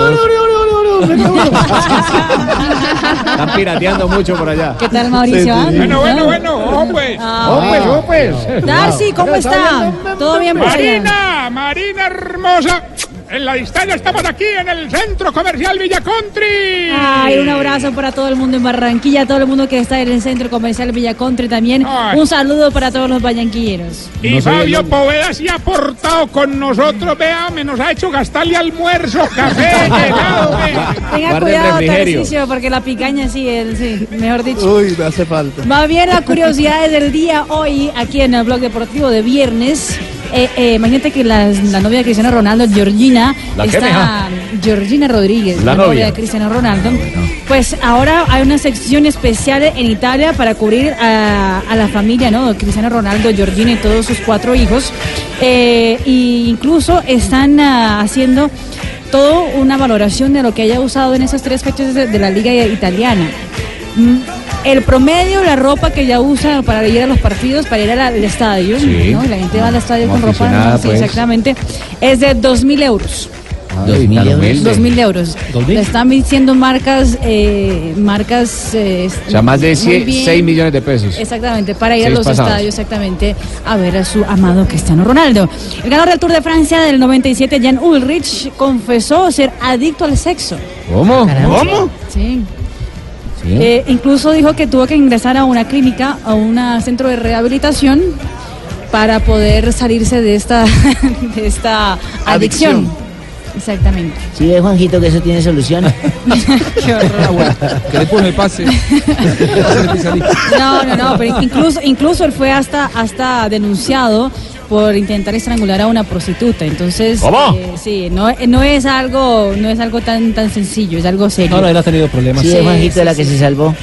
Están pirateando mucho por allá. ¿Qué tal, Mauricio? Bueno, pues. Darcy, ¿cómo está? ¿Todo bien por allá? Marina hermosa. En la distancia estamos aquí en el Centro Comercial Villa Country. Ay, un abrazo para todo el mundo en Barranquilla, todo el mundo que está en el Centro Comercial Villa Country también. Ay. Un saludo para todos los vallanquilleros. Y Fabio Poveda se ha portado con nosotros, véame, nos ha hecho gastarle almuerzo, café, helado, vea. Tenga cuidado, Tarcisio, porque la picaña sí, mejor dicho. Uy, me hace falta. Va bien las curiosidades del día hoy, aquí en el Blog Deportivo de viernes. Imagínate que la novia de Cristiano Ronaldo, Georgina, Georgina Rodríguez, la novia de Cristiano Ronaldo. Pues ahora hay una sección especial en Italia para cubrir a la familia, ¿no? Cristiano Ronaldo, Georgina y todos sus 4 hijos. Y incluso están haciendo toda una valoración de lo que haya usado en esas 3 fechas de la liga italiana. El promedio, la ropa que ya usa para ir a los partidos, para ir al estadio, sí, ¿no? La gente va al estadio con ropa, ¿no? Sí, pues. Exactamente, es de 2.000 euros. 2.000 euros. Le están diciendo marcas, o sea, más de 6 millones de pesos. Exactamente, para ir a 6 los pasados. estadios, exactamente, a ver a su amado Cristiano Ronaldo. El ganador del Tour de Francia del 97, Jan Ullrich, confesó ser adicto al sexo. ¿Cómo? ¿Cómo? Sí. Incluso dijo que tuvo que ingresar a una clínica, a un centro de rehabilitación para poder salirse de esta adicción. Exactamente. Sí, ve, Juanjito, que eso tiene solución. Qué horror. Que le pone el pase. No, pero incluso él fue hasta denunciado por intentar estrangular a una prostituta. Entonces, sí, no es algo tan sencillo, es algo serio. No, él ha tenido problemas. Sí, Juanjito es la que se salvó.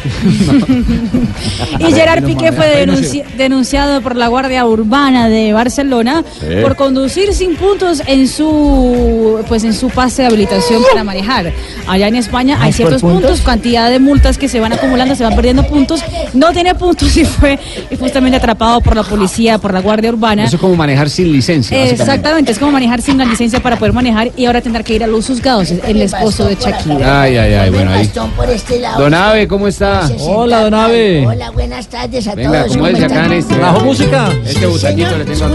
Y Gerard Piqué fue denunciado por la Guardia Urbana de Barcelona por conducir sin puntos en su pase de habilitación para manejar. Allá en España hay ciertos puntos, cantidad de multas que se van acumulando, se van perdiendo puntos. No tiene puntos y fue justamente atrapado por la policía, por la Guardia Urbana. Eso es como manejar sin licencia. Exactamente, es como manejar sin la licencia para poder manejar y ahora tendrá que ir a los juzgados, el esposo de Shakira. Ay, bueno, ahí. Por este lado. Don Ave, ¿cómo está? Hola, Don Ave. Hola, buenas tardes a Venga, todos. ¿cómo es acá en este? ¿Bajo música? Este butaquito le tengo acá.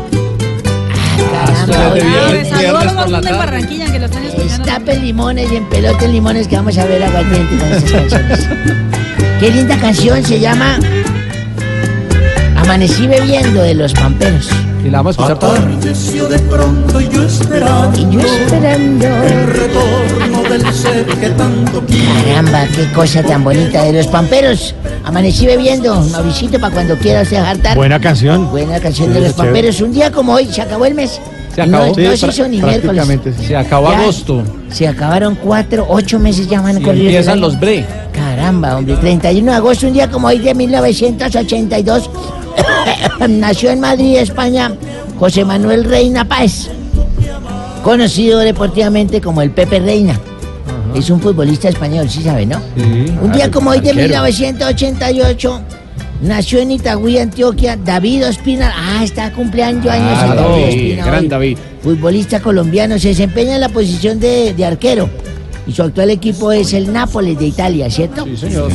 Saludos a los mundo en Barranquilla que lo están escuchando. Destapen limones y en peloten limones que vamos a ver aguardiente con estas canciones. Qué linda canción, se llama Amanecí bebiendo, de Los Pamperos. Y la vamos a escuchar toda. De pronto y yo esperando el retorno del ser que tanto quiero. Caramba, qué cosa tan bonita, de Los Pamperos. Amanecí bebiendo, Mauricito, para cuando quieras hartar. Buena canción. Buena canción de Los Pamperos. Un día como hoy, se acabó el mes. Se acabó. No se hizo ni miércoles. Se acabó Ya, agosto. Se acabaron 8 meses ya van Y corriendo. empiezan los bre. Caramba, hombre, 31 de agosto, un día como hoy de 1982, nació en Madrid, España, José Manuel Reina Páez, conocido deportivamente como el Pepe Reina. Es un futbolista español, sí sabe, ¿no? Un día como hoy de 1988, nació en Itagüí, Antioquia, David Ospina. Está cumpliendo años el David Ospina. Gran hoy. David. Futbolista colombiano, se desempeña en la posición de arquero. Y su actual equipo es el Nápoles de Italia, ¿cierto? Sí, señor.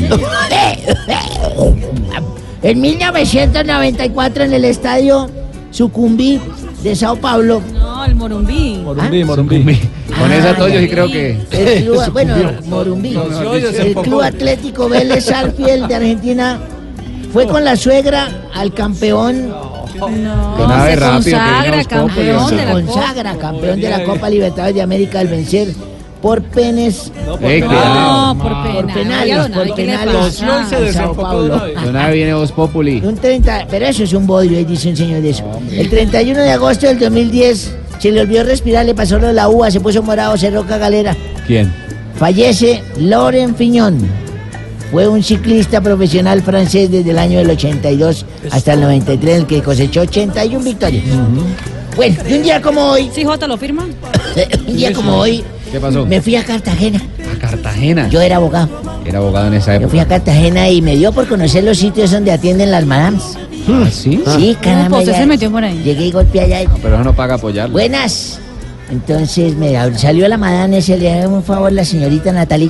En 1994 en el estadio Sucumbí de Sao Paulo. No, el Morumbí. Morumbí. Con esa toyo sí creo que... El club, bueno, Morumbí. El Club Atlético Vélez Sarsfield de Argentina fue con la suegra al campeón. Con Se rápido, consagra campeón de la Copa. Consagra campeón de la Copa Libertadores de América al vencer por penes. No, por penales. Por penales. Sao Paulo. Don Ave viene Voz Populi. Un 30, pero eso es un bodrio, dice un señor de eso. El 31 de agosto del 2010 se le olvidó respirar, le pasó lo de la uva, se puso morado, cerró cagalera. ¿Quién? Fallece Loren Fiñón. Fue un ciclista profesional francés desde el año del 82 hasta el 93, en el que cosechó 81 victorias. Bueno, y un día como hoy... ¿Sí, Jota, lo firma? Un día como hoy... ¿Qué pasó? Me fui a Cartagena. ¿A Cartagena? Yo era abogado. Era abogado en esa época. Yo fui a Cartagena y me dio por conocer los sitios donde atienden las madames. ¿Ah, sí? Sí, caramba. Usted se metió por ahí. Llegué y golpeé allá. No, pero eso no paga apoyarlo. Buenas. Entonces salió la madame, se le haga un favor la señorita Natalie.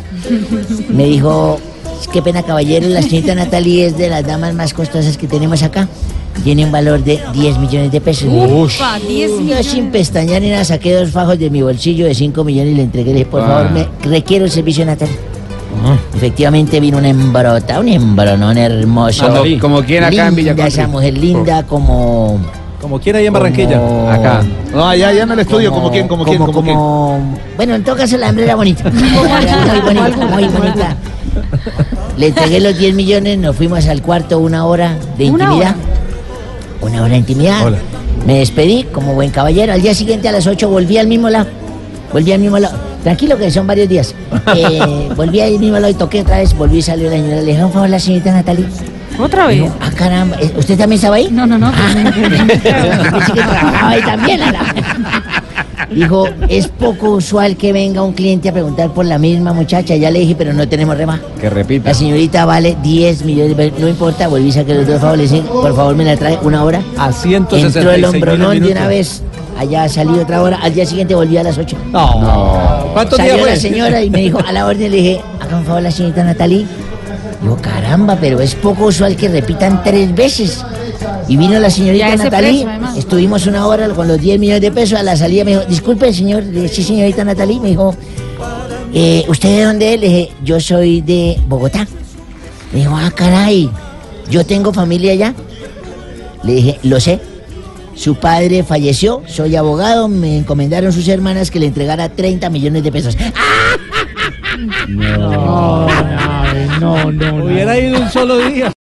Me dijo, qué pena caballero, la señorita Natalie es de las damas más costosas que tenemos acá. Tiene un valor de 10 millones de pesos. Ufa, 10 Yo millones. sin pestañear ni nada saqué 2 fajos de mi bolsillo de 5 millones y le entregué. Le dije, por favor, me requiero el servicio, Natalie. Efectivamente vino una embrota, un embronón hermoso. Como quien acá en Villa Linda, esa mujer linda como... Como quiera ahí en Barranquilla. Acá. No, allá en el estudio, como quién. Bueno, en todo caso la hambre era bonita. Muy bonita. Le entregué los 10 millones, nos fuimos al cuarto 1 hora de intimidad. 1 hora de intimidad. Hola. Me despedí como buen caballero. Al día siguiente a las 8 volví al mismo lado. Tranquilo que son varios días. Volví al mismo lado y toqué otra vez. Volví y salió la señora. Le dije, por favor, la señorita Natalie. ¿Otra vez? Dijo, caramba, ¿usted también estaba ahí? No. Pensé que trabajaba ahí también. Dijo, es poco usual que venga un cliente a preguntar por la misma muchacha. Ya le dije, pero no tenemos rebaja. Que repita. La señorita vale 10 millones de pesos. No importa, volví a sacar los 2 favores. Por favor, me la trae 1 hora. A 166 Entró el hombronón de minutos. una vez. Allá salí otra hora. Al día siguiente volví a las 8. No. ¿Cuántos días Salió fue? la señora y me dijo, a la orden le dije, haga un favor la señorita Natalie. Digo, caramba, pero es poco usual que repitan 3 veces. Y vino la señorita Ya ese Natalie, precio, además. estuvimos 1 hora con los 10 millones de pesos. A la salida me dijo, disculpe señor, le dije, sí señorita Natalie. Me dijo, ¿usted de dónde es? Le dije, yo soy de Bogotá. Me dijo, caray, yo tengo familia allá. Le dije, lo sé. Su padre falleció, soy abogado, me encomendaron sus hermanas que le entregara 30 millones de pesos. No. Hubiera ido un solo día.